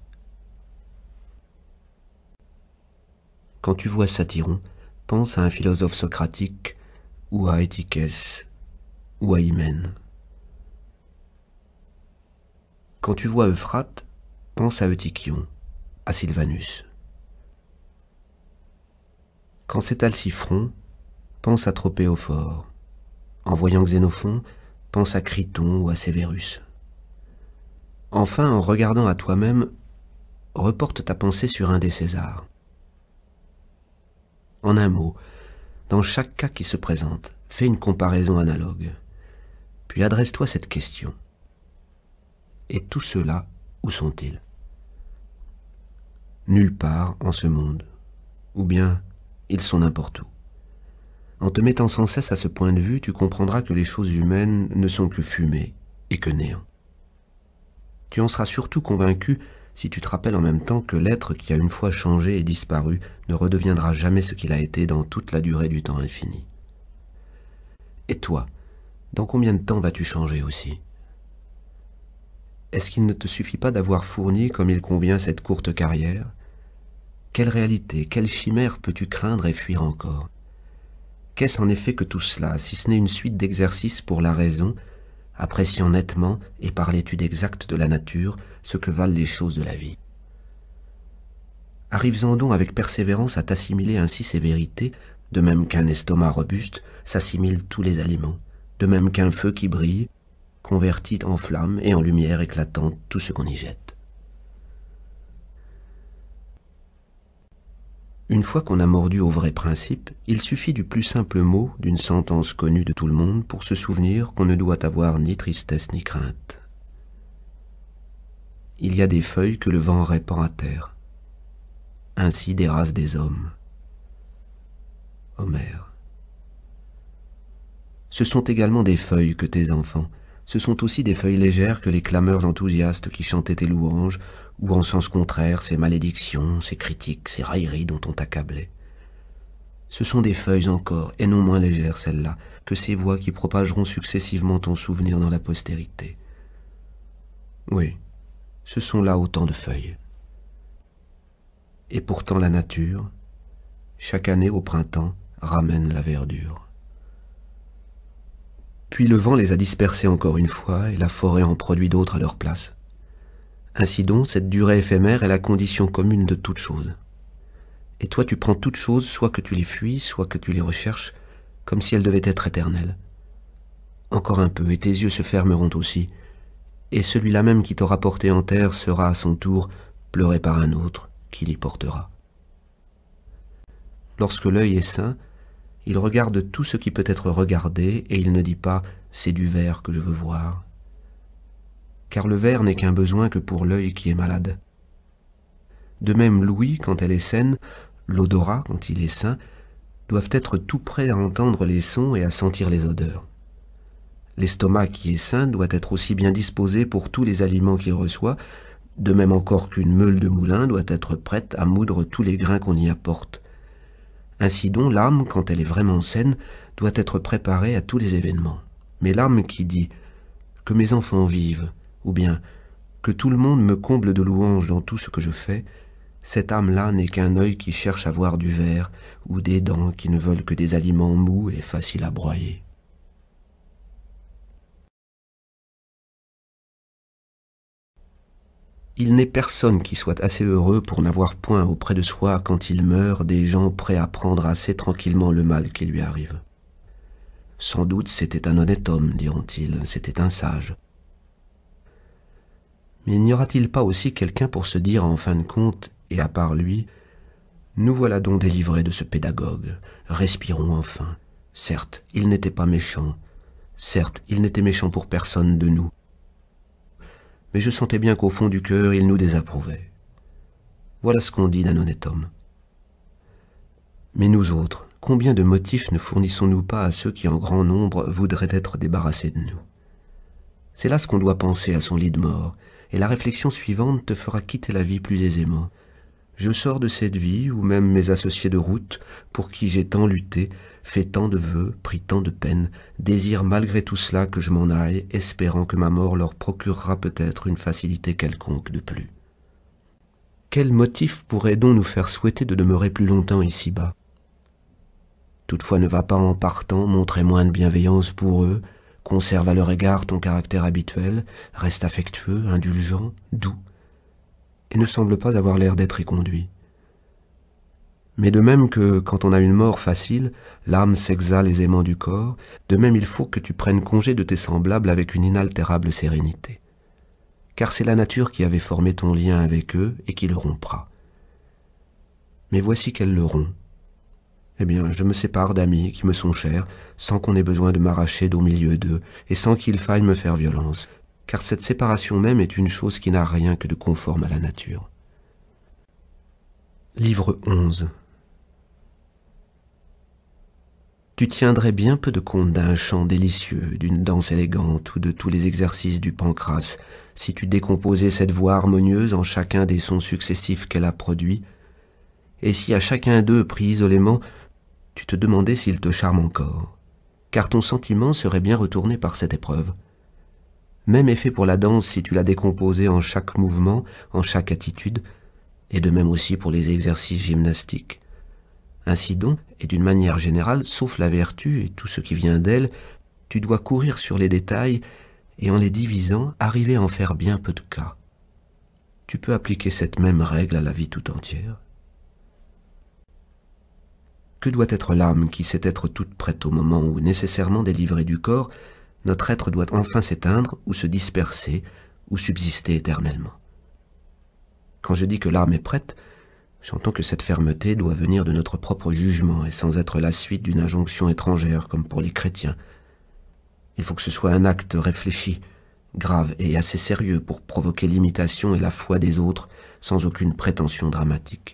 Quand tu vois Satyron, pense à un philosophe socratique, ou à Étiquès, ou à Hymène. Quand tu vois Euphrate, pense à Eutychion, à Sylvanus. Quand c'est Alciphron, pense à Tropéophore. En voyant Xénophon, pense à Criton ou à Sévérus. Enfin, en regardant à toi-même, reporte ta pensée sur un des Césars. En un mot, dans chaque cas qui se présente, fais une comparaison analogue. Puis adresse-toi cette question. Et tous ceux-là, où sont-ils? Nulle part en ce monde. Ou bien, ils sont n'importe où. En te mettant sans cesse à ce point de vue, tu comprendras que les choses humaines ne sont que fumée et que néant. Tu en seras surtout convaincu si tu te rappelles en même temps que l'être qui a une fois changé et disparu ne redeviendra jamais ce qu'il a été dans toute la durée du temps infini. Et toi, dans combien de temps vas-tu changer aussi? Est-ce qu'il ne te suffit pas d'avoir fourni comme il convient cette courte carrière? Quelle réalité, quelle chimère peux-tu craindre et fuir encore? Qu'est-ce en effet que tout cela, si ce n'est une suite d'exercices pour la raison, appréciant nettement et par l'étude exacte de la nature ce que valent les choses de la vie? Arrives-en donc avec persévérance à t'assimiler ainsi ces vérités, de même qu'un estomac robuste s'assimile tous les aliments, de même qu'un feu qui brille convertit en flamme et en lumière éclatante tout ce qu'on y jette. Une fois qu'on a mordu au vrai principe, il suffit du plus simple mot d'une sentence connue de tout le monde pour se souvenir qu'on ne doit avoir ni tristesse ni crainte. Il y a des feuilles que le vent répand à terre. Ainsi dérace des hommes. Homère. Ce sont également des feuilles que tes enfants, ce sont aussi des feuilles légères que les clameurs enthousiastes qui chantaient tes louanges, ou en sens contraire ces malédictions, ces critiques, ces railleries dont on t'accablait. Ce sont des feuilles encore, et non moins légères celles-là, que ces voix qui propageront successivement ton souvenir dans la postérité. Oui, ce sont là autant de feuilles. Et pourtant la nature, chaque année au printemps, ramène la verdure. Puis le vent les a dispersés encore une fois, et la forêt en produit d'autres à leur place. Ainsi donc, cette durée éphémère est la condition commune de toutes choses. Et toi tu prends toutes choses, soit que tu les fuis, soit que tu les recherches, comme si elles devaient être éternelles. Encore un peu, et tes yeux se fermeront aussi, et celui-là même qui t'aura porté en terre sera à son tour pleuré par un autre qui l'y portera. Lorsque l'œil est sain, il regarde tout ce qui peut être regardé, et il ne dit pas « c'est du verre que je veux voir ». Car le verre n'est qu'un besoin que pour l'œil qui est malade. De même l'ouïe, quand elle est saine, l'odorat, quand il est sain, doivent être tout prêts à entendre les sons et à sentir les odeurs. L'estomac qui est sain doit être aussi bien disposé pour tous les aliments qu'il reçoit, de même encore qu'une meule de moulin doit être prête à moudre tous les grains qu'on y apporte. Ainsi donc, l'âme, quand elle est vraiment saine, doit être préparée à tous les événements. Mais l'âme qui dit « que mes enfants vivent », ou bien « que tout le monde me comble de louanges dans tout ce que je fais », cette âme-là n'est qu'un œil qui cherche à voir du verre, ou des dents qui ne veulent que des aliments mous et faciles à broyer. Il n'est personne qui soit assez heureux pour n'avoir point auprès de soi, quand il meurt, des gens prêts à prendre assez tranquillement le mal qui lui arrive. Sans doute c'était un honnête homme, diront-ils, c'était un sage. Mais n'y aura-t-il pas aussi quelqu'un pour se dire en fin de compte, et à part lui, nous voilà donc délivrés de ce pédagogue, respirons enfin. Certes, il n'était pas méchant, certes, il n'était méchant pour personne de nous. Mais je sentais bien qu'au fond du cœur, il nous désapprouvait. Voilà ce qu'on dit d'un honnête homme. Mais nous autres, combien de motifs ne fournissons-nous pas à ceux qui en grand nombre voudraient être débarrassés de nous? C'est là ce qu'on doit penser à son lit de mort, et la réflexion suivante te fera quitter la vie plus aisément. Je sors de cette vie, où même mes associés de route, pour qui j'ai tant lutté, fait tant de vœux, pris tant de peines, désirent malgré tout cela que je m'en aille, espérant que ma mort leur procurera peut-être une facilité quelconque de plus. Quel motif pourrait donc nous faire souhaiter de demeurer plus longtemps ici-bas? Toutefois ne va pas en partant montrer moins de bienveillance pour eux, conserve à leur égard ton caractère habituel, reste affectueux, indulgent, doux, et ne semble pas avoir l'air d'être éconduit. Mais de même que, quand on a une mort facile, l'âme s'exhale aisément du corps, de même il faut que tu prennes congé de tes semblables avec une inaltérable sérénité. Car c'est la nature qui avait formé ton lien avec eux et qui le rompra. Mais voici qu'elle le rompt. Eh bien, je me sépare d'amis qui me sont chers, sans qu'on ait besoin de m'arracher d'au milieu d'eux, et sans qu'il faille me faire violence, car cette séparation même est une chose qui n'a rien que de conforme à la nature. Livre onze. Tu tiendrais bien peu de compte d'un chant délicieux, d'une danse élégante ou de tous les exercices du pancrace, si tu décomposais cette voix harmonieuse en chacun des sons successifs qu'elle a produits, et si à chacun d'eux pris isolément, tu te demandais s'il te charme encore, car ton sentiment serait bien retourné par cette épreuve. Même effet pour la danse si tu la décomposais en chaque mouvement, en chaque attitude, et de même aussi pour les exercices gymnastiques. Ainsi donc, et d'une manière générale, sauf la vertu et tout ce qui vient d'elle, tu dois courir sur les détails et en les divisant, arriver à en faire bien peu de cas. Tu peux appliquer cette même règle à la vie tout entière. Que doit être l'âme qui sait être toute prête au moment où, nécessairement délivrée du corps, notre être doit enfin s'éteindre ou se disperser ou subsister éternellement? Quand je dis que l'âme est prête, j'entends que cette fermeté doit venir de notre propre jugement et sans être la suite d'une injonction étrangère comme pour les chrétiens. Il faut que ce soit un acte réfléchi, grave et assez sérieux pour provoquer l'imitation et la foi des autres sans aucune prétention dramatique.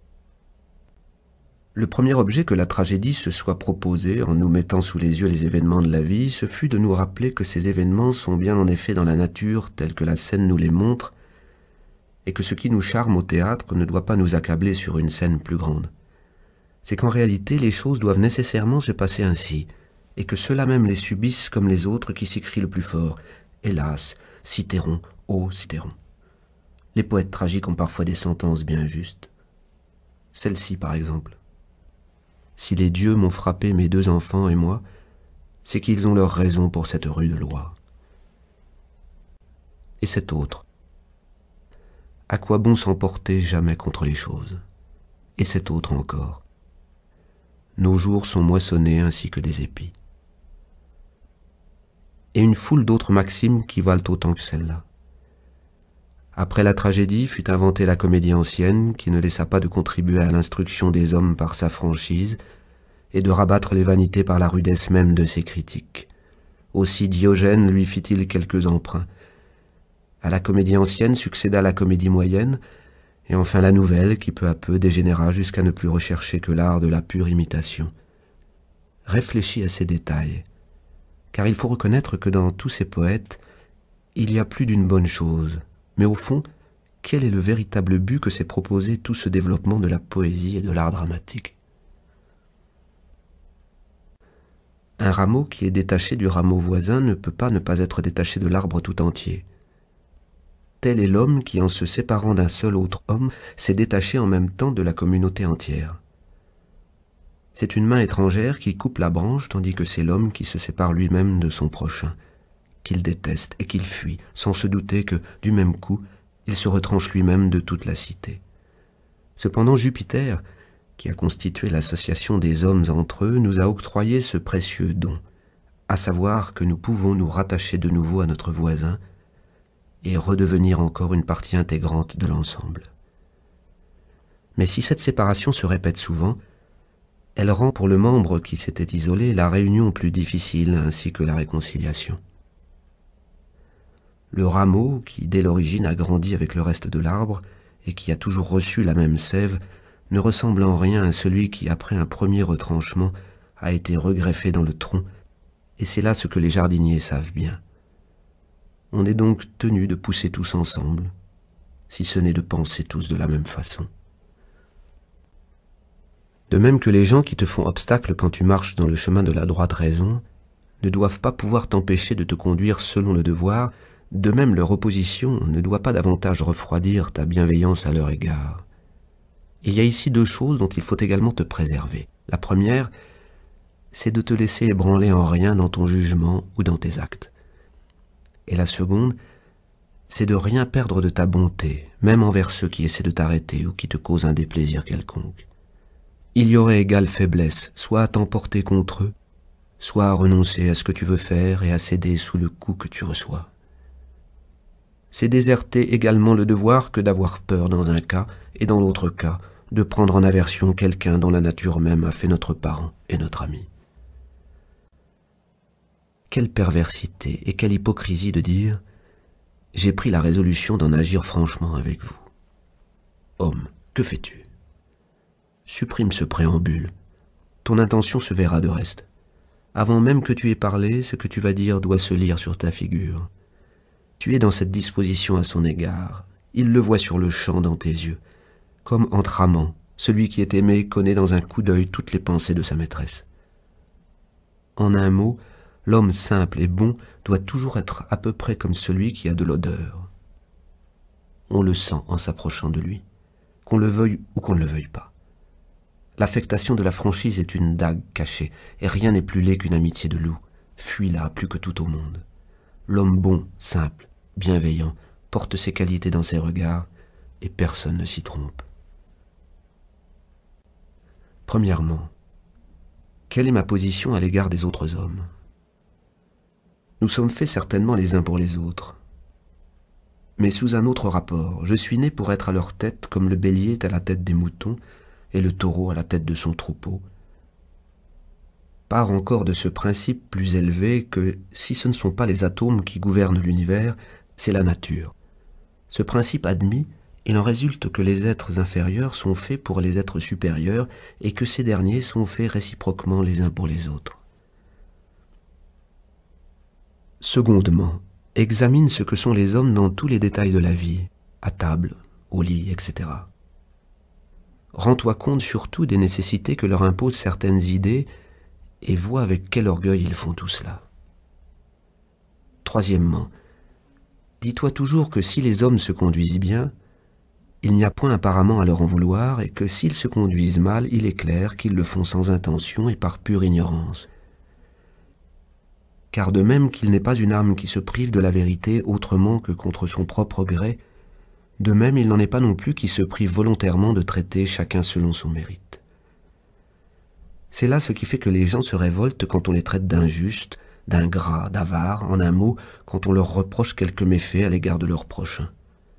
Le premier objet que la tragédie se soit proposé en nous mettant sous les yeux les événements de la vie, ce fut de nous rappeler que ces événements sont bien en effet dans la nature telle que la scène nous les montre, et que ce qui nous charme au théâtre ne doit pas nous accabler sur une scène plus grande. C'est qu'en réalité les choses doivent nécessairement se passer ainsi, et que ceux-là même les subissent comme les autres qui s'y crient le plus fort. Hélas, Cithéron, ô Cithéron. Les poètes tragiques ont parfois des sentences bien justes. Celle-ci, par exemple. Si les dieux m'ont frappé mes deux enfants et moi, c'est qu'ils ont leur raison pour cette rude loi. Et cette autre. À quoi bon s'emporter jamais contre les choses? Et cette autre encore. Nos jours sont moissonnés ainsi que des épis. Et une foule d'autres maximes qui valent autant que celle-là. Après la tragédie fut inventée la comédie ancienne qui ne laissa pas de contribuer à l'instruction des hommes par sa franchise et de rabattre les vanités par la rudesse même de ses critiques. Aussi Diogène lui fit-il quelques emprunts. À la comédie ancienne succéda la comédie moyenne et enfin la nouvelle qui peu à peu dégénéra jusqu'à ne plus rechercher que l'art de la pure imitation. Réfléchis à ces détails, car il faut reconnaître que dans tous ces poètes, il y a plus d'une bonne chose. Mais au fond, quel est le véritable but que s'est proposé tout ce développement de la poésie et de l'art dramatique? Un rameau qui est détaché du rameau voisin ne peut pas ne pas être détaché de l'arbre tout entier. Tel est l'homme qui, en se séparant d'un seul autre homme, s'est détaché en même temps de la communauté entière. C'est une main étrangère qui coupe la branche, tandis que c'est l'homme qui se sépare lui-même de son prochain, qu'il déteste et qu'il fuit, sans se douter que, du même coup, il se retranche lui-même de toute la cité. Cependant Jupiter, qui a constitué l'association des hommes entre eux, nous a octroyé ce précieux don, à savoir que nous pouvons nous rattacher de nouveau à notre voisin et redevenir encore une partie intégrante de l'ensemble. Mais si cette séparation se répète souvent, elle rend pour le membre qui s'était isolé la réunion plus difficile ainsi que la réconciliation. Le rameau, qui dès l'origine a grandi avec le reste de l'arbre et qui a toujours reçu la même sève, ne ressemble en rien à celui qui, après un premier retranchement, a été regreffé dans le tronc, et c'est là ce que les jardiniers savent bien. On est donc tenu de pousser tous ensemble, si ce n'est de penser tous de la même façon. De même que les gens qui te font obstacle quand tu marches dans le chemin de la droite raison ne doivent pas pouvoir t'empêcher de te conduire selon le devoir, de même leur opposition ne doit pas davantage refroidir ta bienveillance à leur égard. Il y a ici deux choses dont il faut également te préserver. La première, c'est de te laisser ébranler en rien dans ton jugement ou dans tes actes. Et la seconde, c'est de rien perdre de ta bonté, même envers ceux qui essaient de t'arrêter ou qui te causent un déplaisir quelconque. Il y aurait égale faiblesse, soit à t'emporter contre eux, soit à renoncer à ce que tu veux faire et à céder sous le coup que tu reçois. C'est déserter également le devoir que d'avoir peur dans un cas et dans l'autre cas de prendre en aversion quelqu'un dont la nature même a fait notre parent et notre ami. Quelle perversité et quelle hypocrisie de dire « J'ai pris la résolution d'en agir franchement avec vous ». Homme, que fais-tu? Supprime ce préambule. Ton intention se verra de reste. Avant même que tu aies parlé, ce que tu vas dire doit se lire sur ta figure. Tu es dans cette disposition à son égard. Il le voit sur le champ dans tes yeux. Comme entre amants, celui qui est aimé connaît dans un coup d'œil toutes les pensées de sa maîtresse. En un mot, l'homme simple et bon doit toujours être à peu près comme celui qui a de l'odeur. On le sent en s'approchant de lui, qu'on le veuille ou qu'on ne le veuille pas. L'affectation de la franchise est une dague cachée, et rien n'est plus laid qu'une amitié de loup. Fuis-la plus que tout au monde. L'homme bon, simple, bienveillant, porte ses qualités dans ses regards, et personne ne s'y trompe. Premièrement, quelle est ma position à l'égard des autres hommes? Nous sommes faits certainement les uns pour les autres. Mais sous un autre rapport, je suis né pour être à leur tête comme le bélier est à la tête des moutons, et le taureau à la tête de son troupeau. Part encore de ce principe plus élevé que, si ce ne sont pas les atomes qui gouvernent l'univers, c'est la nature. Ce principe admis, il en résulte que les êtres inférieurs sont faits pour les êtres supérieurs et que ces derniers sont faits réciproquement les uns pour les autres. Secondement, examine ce que sont les hommes dans tous les détails de la vie, à table, au lit, et cetera. Rends-toi compte surtout des nécessités que leur imposent certaines idées et vois avec quel orgueil ils font tout cela. Troisièmement, dis-toi toujours que si les hommes se conduisent bien, il n'y a point apparemment à leur en vouloir et que s'ils se conduisent mal, il est clair qu'ils le font sans intention et par pure ignorance. Car de même qu'il n'est pas une âme qui se prive de la vérité autrement que contre son propre gré, de même il n'en est pas non plus qui se prive volontairement de traiter chacun selon son mérite. C'est là ce qui fait que les gens se révoltent quand on les traite d'injustes, d'ingrats, d'avares, en un mot, quand on leur reproche quelques méfaits à l'égard de leur prochain.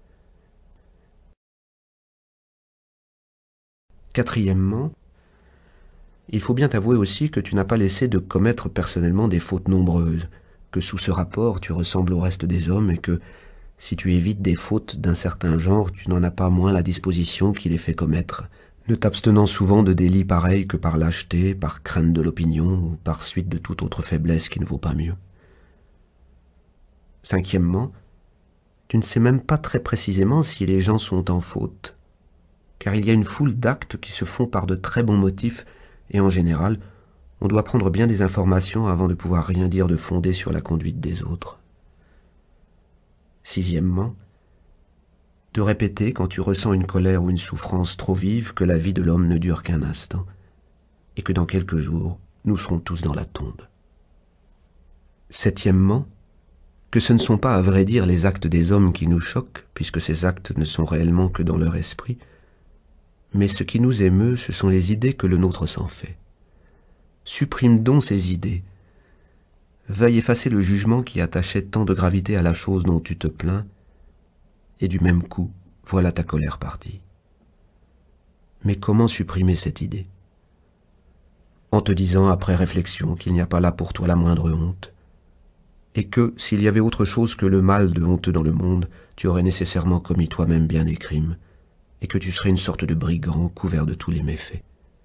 Quatrièmement, il faut bien t'avouer aussi que tu n'as pas laissé de commettre personnellement des fautes nombreuses, que sous ce rapport tu ressembles au reste des hommes et que, si tu évites des fautes d'un certain genre, tu n'en as pas moins la disposition qui les fait commettre, ne t'abstenant souvent de délits pareils que par lâcheté, par crainte de l'opinion ou par suite de toute autre faiblesse qui ne vaut pas mieux. Cinquièmement, tu ne sais même pas très précisément si les gens sont en faute, car il y a une foule d'actes qui se font par de très bons motifs et en général, on doit prendre bien des informations avant de pouvoir rien dire de fondé sur la conduite des autres. Sixièmement, de répéter quand tu ressens une colère ou une souffrance trop vive que la vie de l'homme ne dure qu'un instant et que dans quelques jours, nous serons tous dans la tombe. Septièmement, que ce ne sont pas à vrai dire les actes des hommes qui nous choquent, puisque ces actes ne sont réellement que dans leur esprit, mais ce qui nous émeut, ce sont les idées que le nôtre s'en fait. Supprime donc ces idées. veuille effacer le jugement qui attachait tant de gravité à la chose dont tu te plains, et du même coup, voilà ta colère partie. Mais comment supprimer cette idée? En te disant après réflexion qu'il n'y a pas là pour toi la moindre honte, et que, s'il y avait autre chose que le mal de honteux dans le monde, tu aurais nécessairement commis toi-même bien des crimes, et que tu serais une sorte de brigand couvert de tous les méfaits.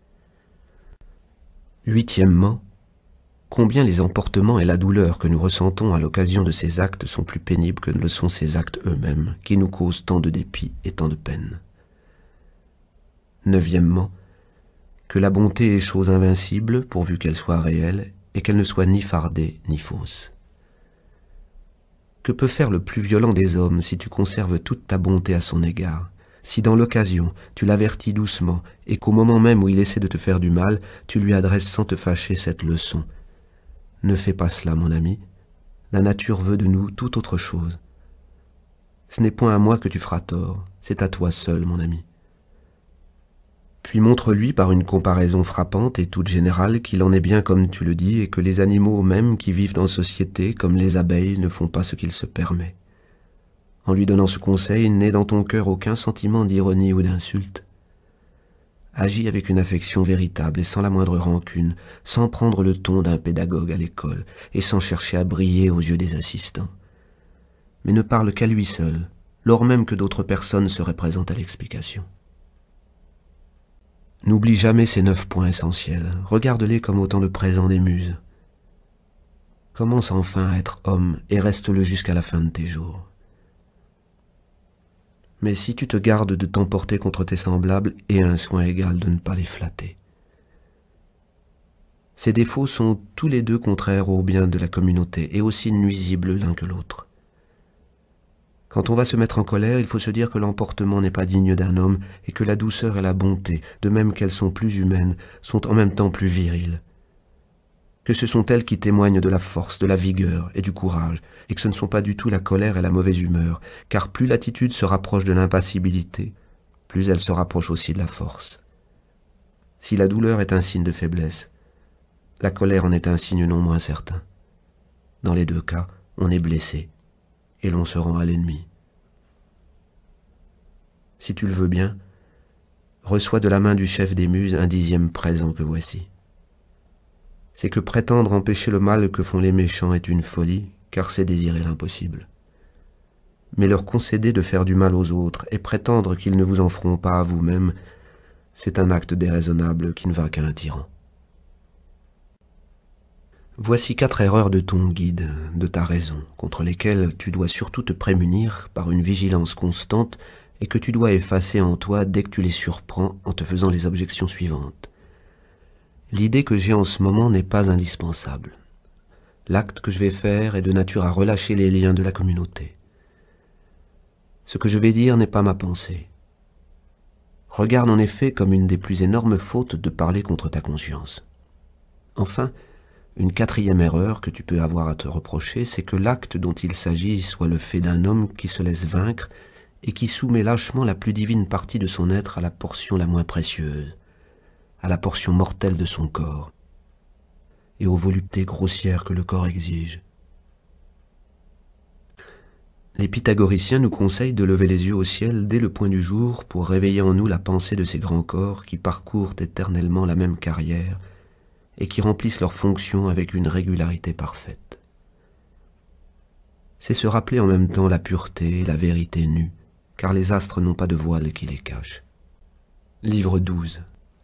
Huitièmement, combien les emportements et la douleur que nous ressentons à l'occasion de ces actes sont plus pénibles que ne le sont ces actes eux-mêmes, qui nous causent tant de dépit et tant de peine. Neuvièmement, que la bonté est chose invincible, pourvu qu'elle soit réelle, et qu'elle ne soit ni fardée ni fausse. Que peut faire le plus violent des hommes si tu conserves toute ta bonté à son égard, si dans l'occasion tu l'avertis doucement, et qu'au moment même où il essaie de te faire du mal, tu lui adresses sans te fâcher cette leçon? Ne fais pas cela, mon ami, la nature veut de nous tout autre chose. Ce n'est point à moi que tu feras tort, c'est à toi seul, mon ami. Puis montre-lui par une comparaison frappante et toute générale qu'il en est bien comme tu le dis et que les animaux mêmes qui vivent en société, comme les abeilles, ne font pas ce qu'il se permet. En lui donnant ce conseil, n'aie dans ton cœur aucun sentiment d'ironie ou d'insulte. Agis avec une affection véritable et sans la moindre rancune, sans prendre le ton d'un pédagogue à l'école et sans chercher à briller aux yeux des assistants. Mais ne parle qu'à lui seul, lors même que d'autres personnes seraient présentes à l'explication. N'oublie jamais ces neuf points essentiels, regarde-les comme autant de présents des muses. Commence enfin à être homme et reste-le jusqu'à la fin de tes jours. Mais si tu te gardes de t'emporter contre tes semblables, aie un soin égal de ne pas les flatter. Ces défauts sont tous les deux contraires au bien de la communauté et aussi nuisibles l'un que l'autre. Quand on va se mettre en colère, il faut se dire que l'emportement n'est pas digne d'un homme et que la douceur et la bonté, de même qu'elles sont plus humaines, sont en même temps plus viriles. Que ce sont elles qui témoignent de la force, de la vigueur et du courage, et que ce ne sont pas du tout la colère et la mauvaise humeur, car plus l'attitude se rapproche de l'impassibilité, plus elle se rapproche aussi de la force. Si la douleur est un signe de faiblesse, la colère en est un signe non moins certain. Dans les deux cas, on est blessé, et l'on se rend à l'ennemi. Si tu le veux bien, reçois de la main du chef des muses un dixième présent que voici. C'est que prétendre empêcher le mal que font les méchants est une folie, car c'est désirer l'impossible. Mais leur concéder de faire du mal aux autres et prétendre qu'ils ne vous en feront pas à vous-même, c'est un acte déraisonnable qui ne va qu'à un tyran. Voici quatre erreurs de ton guide, de ta raison, contre lesquelles tu dois surtout te prémunir par une vigilance constante et que tu dois effacer en toi dès que tu les surprends en te faisant les objections suivantes. L'idée que j'ai en ce moment n'est pas indispensable. L'acte que je vais faire est de nature à relâcher les liens de la communauté. Ce que je vais dire n'est pas ma pensée. Regarde en effet comme une des plus énormes fautes de parler contre ta conscience. Enfin, une quatrième erreur que tu peux avoir à te reprocher, c'est que l'acte dont il s'agit soit le fait d'un homme qui se laisse vaincre et qui soumet lâchement la plus divine partie de son être à la portion la moins précieuse, à la portion mortelle de son corps, et aux voluptés grossières que le corps exige. Les pythagoriciens nous conseillent de lever les yeux au ciel dès le point du jour pour réveiller en nous la pensée de ces grands corps qui parcourent éternellement la même carrière et qui remplissent leurs fonctions avec une régularité parfaite. C'est se rappeler en même temps la pureté et la vérité nue, car les astres n'ont pas de voile qui les cache. Livre douze.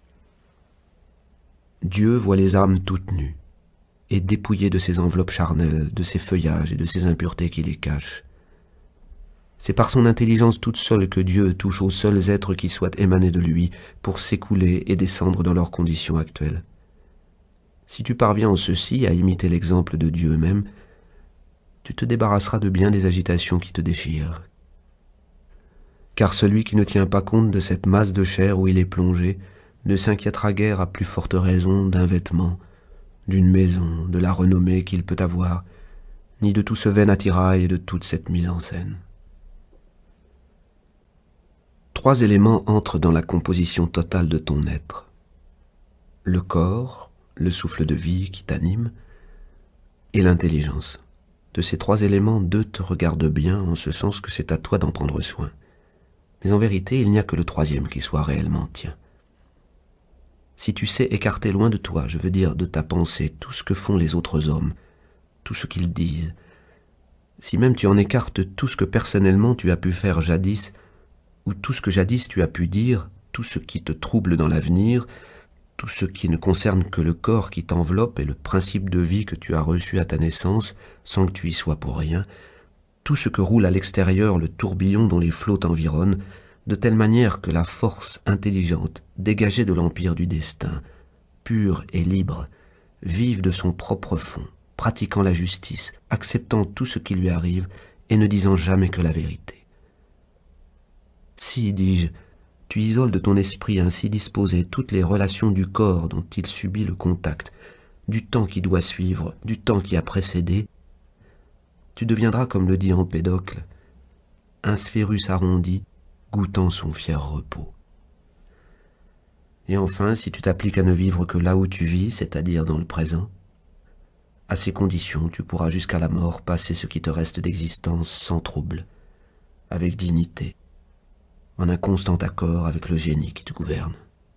Dieu voit les âmes toutes nues, et dépouillées de ces enveloppes charnelles, de ces feuillages et de ces impuretés qui les cachent. C'est par son intelligence toute seule que Dieu touche aux seuls êtres qui soient émanés de lui pour s'écouler et descendre dans leurs conditions actuelles. Si tu parviens en ceci à imiter l'exemple de Dieu même, tu te débarrasseras de bien des agitations qui te déchirent. Car celui qui ne tient pas compte de cette masse de chair où il est plongé ne s'inquiétera guère à plus forte raison d'un vêtement, d'une maison, de la renommée qu'il peut avoir, ni de tout ce vain attirail et de toute cette mise en scène. Trois éléments entrent dans la composition totale de ton être. Le corps, le souffle de vie qui t'anime, et l'intelligence. De ces trois éléments, deux te regardent bien en ce sens que c'est à toi d'en prendre soin. Mais en vérité, il n'y a que le troisième qui soit réellement tien. Si tu sais écarter loin de toi, je veux dire de ta pensée, tout ce que font les autres hommes, tout ce qu'ils disent, si même tu en écartes tout ce que personnellement tu as pu faire jadis, ou tout ce que jadis tu as pu dire, tout ce qui te trouble dans l'avenir, tout ce qui ne concerne que le corps qui t'enveloppe et le principe de vie que tu as reçu à ta naissance, sans que tu y sois pour rien, tout ce que roule à l'extérieur le tourbillon dont les flots t'environnent, de telle manière que la force intelligente, dégagée de l'empire du destin, pure et libre, vive de son propre fond, pratiquant la justice, acceptant tout ce qui lui arrive et ne disant jamais que la vérité. Si, dis-je, tu isoles de ton esprit ainsi disposé toutes les relations du corps dont il subit le contact, du temps qui doit suivre, du temps qui a précédé, tu deviendras, comme le dit Empédocle, un sphérus arrondi, goûtant son fier repos. Et enfin, si tu t'appliques à ne vivre que là où tu vis, c'est-à-dire dans le présent, à ces conditions, tu pourras jusqu'à la mort passer ce qui te reste d'existence sans trouble, avec dignité, en un constant accord avec le génie qui te gouverne.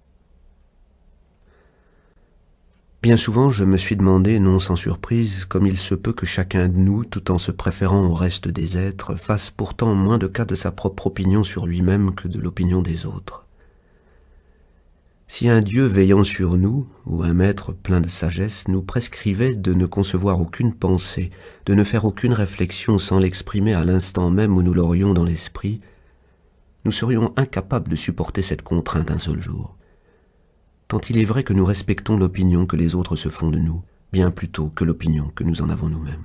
Bien souvent, je me suis demandé, non sans surprise, comme il se peut que chacun de nous, tout en se préférant au reste des êtres, fasse pourtant moins de cas de sa propre opinion sur lui-même que de l'opinion des autres. Si un Dieu veillant sur nous, ou un maître plein de sagesse, nous prescrivait de ne concevoir aucune pensée, de ne faire aucune réflexion sans l'exprimer à l'instant même où nous l'aurions dans l'esprit, nous serions incapables de supporter cette contrainte un seul jour. Tant il est vrai que nous respectons l'opinion que les autres se font de nous, bien plutôt que l'opinion que nous en avons nous-mêmes.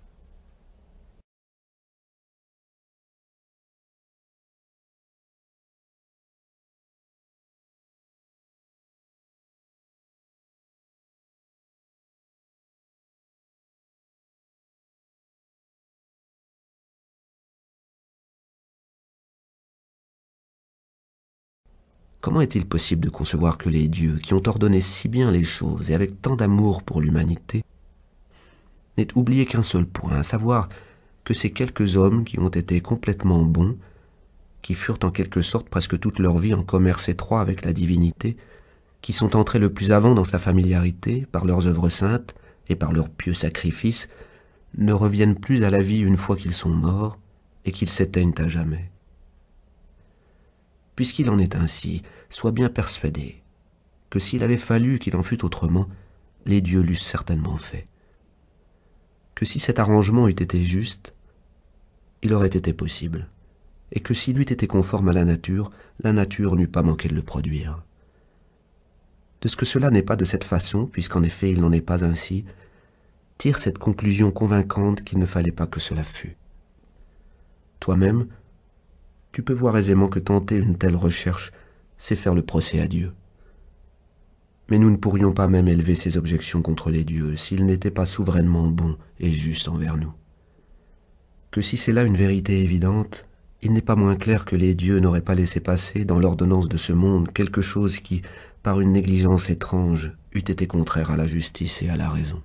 Comment est-il possible de concevoir que les dieux, qui ont ordonné si bien les choses et avec tant d'amour pour l'humanité, n'aient oublié qu'un seul point, à savoir que ces quelques hommes qui ont été complètement bons, qui furent en quelque sorte presque toute leur vie en commerce étroit avec la divinité, qui sont entrés le plus avant dans sa familiarité par leurs œuvres saintes et par leurs pieux sacrifices, ne reviennent plus à la vie une fois qu'ils sont morts et qu'ils s'éteignent à jamais. Puisqu'il en est ainsi, sois bien persuadé que s'il avait fallu qu'il en fût autrement, les dieux l'eussent certainement fait. Que si cet arrangement eût été juste, il aurait été possible, et que s'il eût été conforme à la nature, la nature n'eût pas manqué de le produire. De ce que cela n'est pas de cette façon, puisqu'en effet il n'en est pas ainsi, tire cette conclusion convaincante qu'il ne fallait pas que cela fût. Toi-même, tu peux voir aisément que tenter une telle recherche, c'est faire le procès à Dieu. Mais nous ne pourrions pas même élever ces objections contre les dieux s'ils n'étaient pas souverainement bons et justes envers nous. Que si c'est là une vérité évidente, il n'est pas moins clair que les dieux n'auraient pas laissé passer dans l'ordonnance de ce monde quelque chose qui, par une négligence étrange, eût été contraire à la justice et à la raison.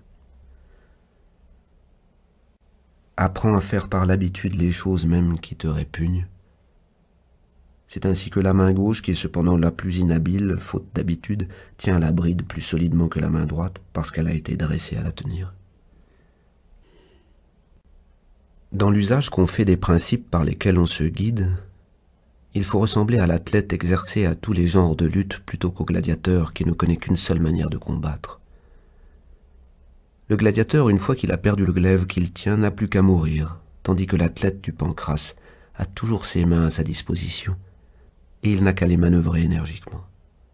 Apprends à faire par l'habitude les choses mêmes qui te répugnent. C'est ainsi que la main gauche, qui est cependant la plus inhabile, faute d'habitude, tient la bride plus solidement que la main droite, parce qu'elle a été dressée à la tenir. Dans l'usage qu'on fait des principes par lesquels on se guide, il faut ressembler à l'athlète exercé à tous les genres de lutte plutôt qu'au gladiateur qui ne connaît qu'une seule manière de combattre. Le gladiateur, une fois qu'il a perdu le glaive qu'il tient, n'a plus qu'à mourir, tandis que l'athlète du pancrace a toujours ses mains à sa disposition, et il n'a qu'à les manœuvrer énergiquement.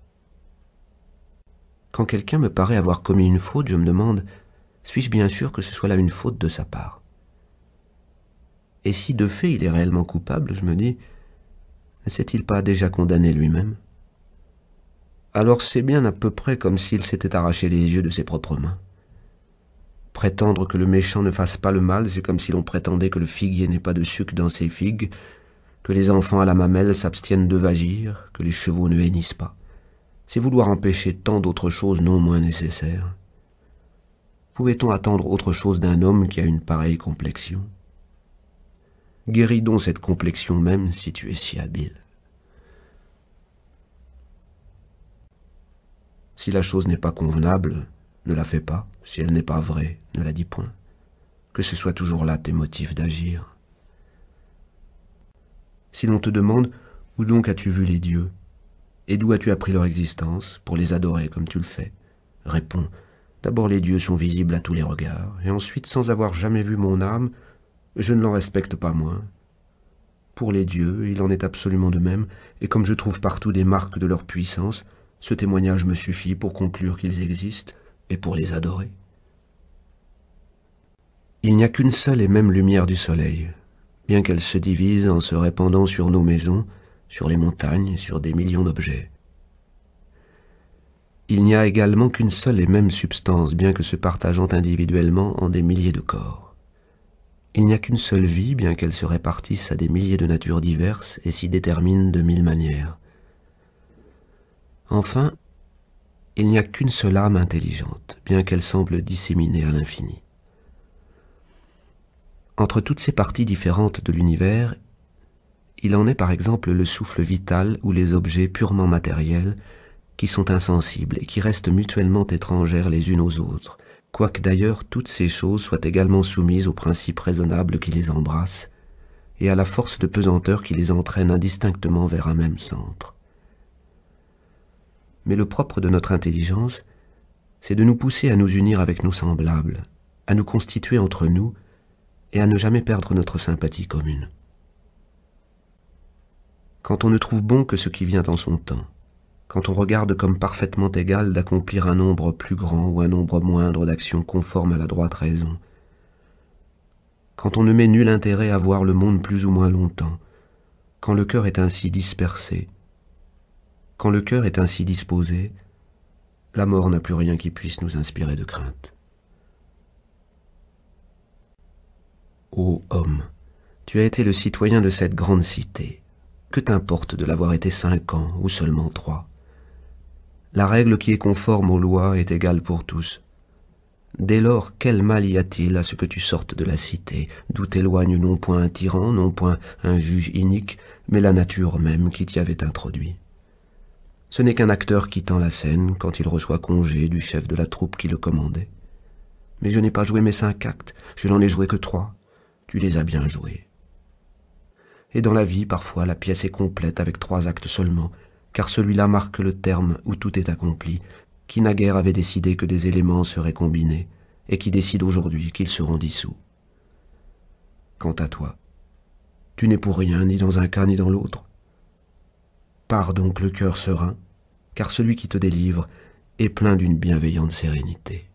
Quand quelqu'un me paraît avoir commis une faute, je me demande, suis-je bien sûr que ce soit là une faute de sa part? Et si de fait il est réellement coupable, je me dis, ne s'est-il pas déjà condamné lui-même? Alors c'est bien à peu près comme s'il s'était arraché les yeux de ses propres mains. Prétendre que le méchant ne fasse pas le mal, c'est comme si l'on prétendait que le figuier n'ait pas de sucre dans ses figues, que les enfants à la mamelle s'abstiennent de vagir, que les chevaux ne hennissent pas. C'est vouloir empêcher tant d'autres choses non moins nécessaires. Pouvait-on attendre autre chose d'un homme qui a une pareille complexion? Guéris donc cette complexion même si tu es si habile. Si la chose n'est pas convenable, ne la fais pas. Si elle n'est pas vraie, ne la dis point. Que ce soit toujours là tes motifs d'agir. Si l'on te demande où donc as-tu vu les dieux, et d'où as-tu appris leur existence pour les adorer comme tu le fais, réponds, d'abord les dieux sont visibles à tous les regards, et ensuite, sans avoir jamais vu mon âme, je ne l'en respecte pas moins. Pour les dieux, il en est absolument de même, et comme je trouve partout des marques de leur puissance, ce témoignage me suffit pour conclure qu'ils existent et pour les adorer. Il n'y a qu'une seule et même lumière du soleil, bien qu'elle se divise en se répandant sur nos maisons, sur les montagnes, sur des millions d'objets. Il n'y a également qu'une seule et même substance, bien que se partageant individuellement en des milliers de corps. Il n'y a qu'une seule vie, bien qu'elle se répartisse à des milliers de natures diverses et s'y détermine de mille manières. Enfin, il n'y a qu'une seule âme intelligente, bien qu'elle semble disséminée à l'infini. Entre toutes ces parties différentes de l'univers, il en est par exemple le souffle vital ou les objets purement matériels qui sont insensibles et qui restent mutuellement étrangères les unes aux autres, quoique d'ailleurs toutes ces choses soient également soumises aux principes raisonnables qui les embrassent et à la force de pesanteur qui les entraîne indistinctement vers un même centre. Mais le propre de notre intelligence, c'est de nous pousser à nous unir avec nos semblables, à nous constituer entre nous et à ne jamais perdre notre sympathie commune. Quand on ne trouve bon que ce qui vient en son temps, quand on regarde comme parfaitement égal d'accomplir un nombre plus grand ou un nombre moindre d'actions conformes à la droite raison, quand on ne met nul intérêt à voir le monde plus ou moins longtemps, quand le cœur est ainsi dispersé, quand le cœur est ainsi disposé, la mort n'a plus rien qui puisse nous inspirer de crainte. Ô homme, tu as été le citoyen de cette grande cité. Que t'importe de l'avoir été cinq ans ou seulement trois? La règle qui est conforme aux lois est égale pour tous. Dès lors, quel mal y a-t-il à ce que tu sortes de la cité, d'où t'éloigne non point un tyran, non point un juge inique, mais la nature même qui t'y avait introduit? Ce n'est qu'un acteur quittant la scène quand il reçoit congé du chef de la troupe qui le commandait. Mais je n'ai pas joué mes cinq actes, je n'en ai joué que trois. Tu les as bien joués. Et dans la vie, parfois, la pièce est complète avec trois actes seulement, car celui-là marque le terme où tout est accompli, qui naguère avait décidé que des éléments seraient combinés, et qui décide aujourd'hui qu'ils seront dissous. Quant à toi, tu n'es pour rien, ni dans un cas ni dans l'autre. Pars donc le cœur serein, car celui qui te délivre est plein d'une bienveillante sérénité.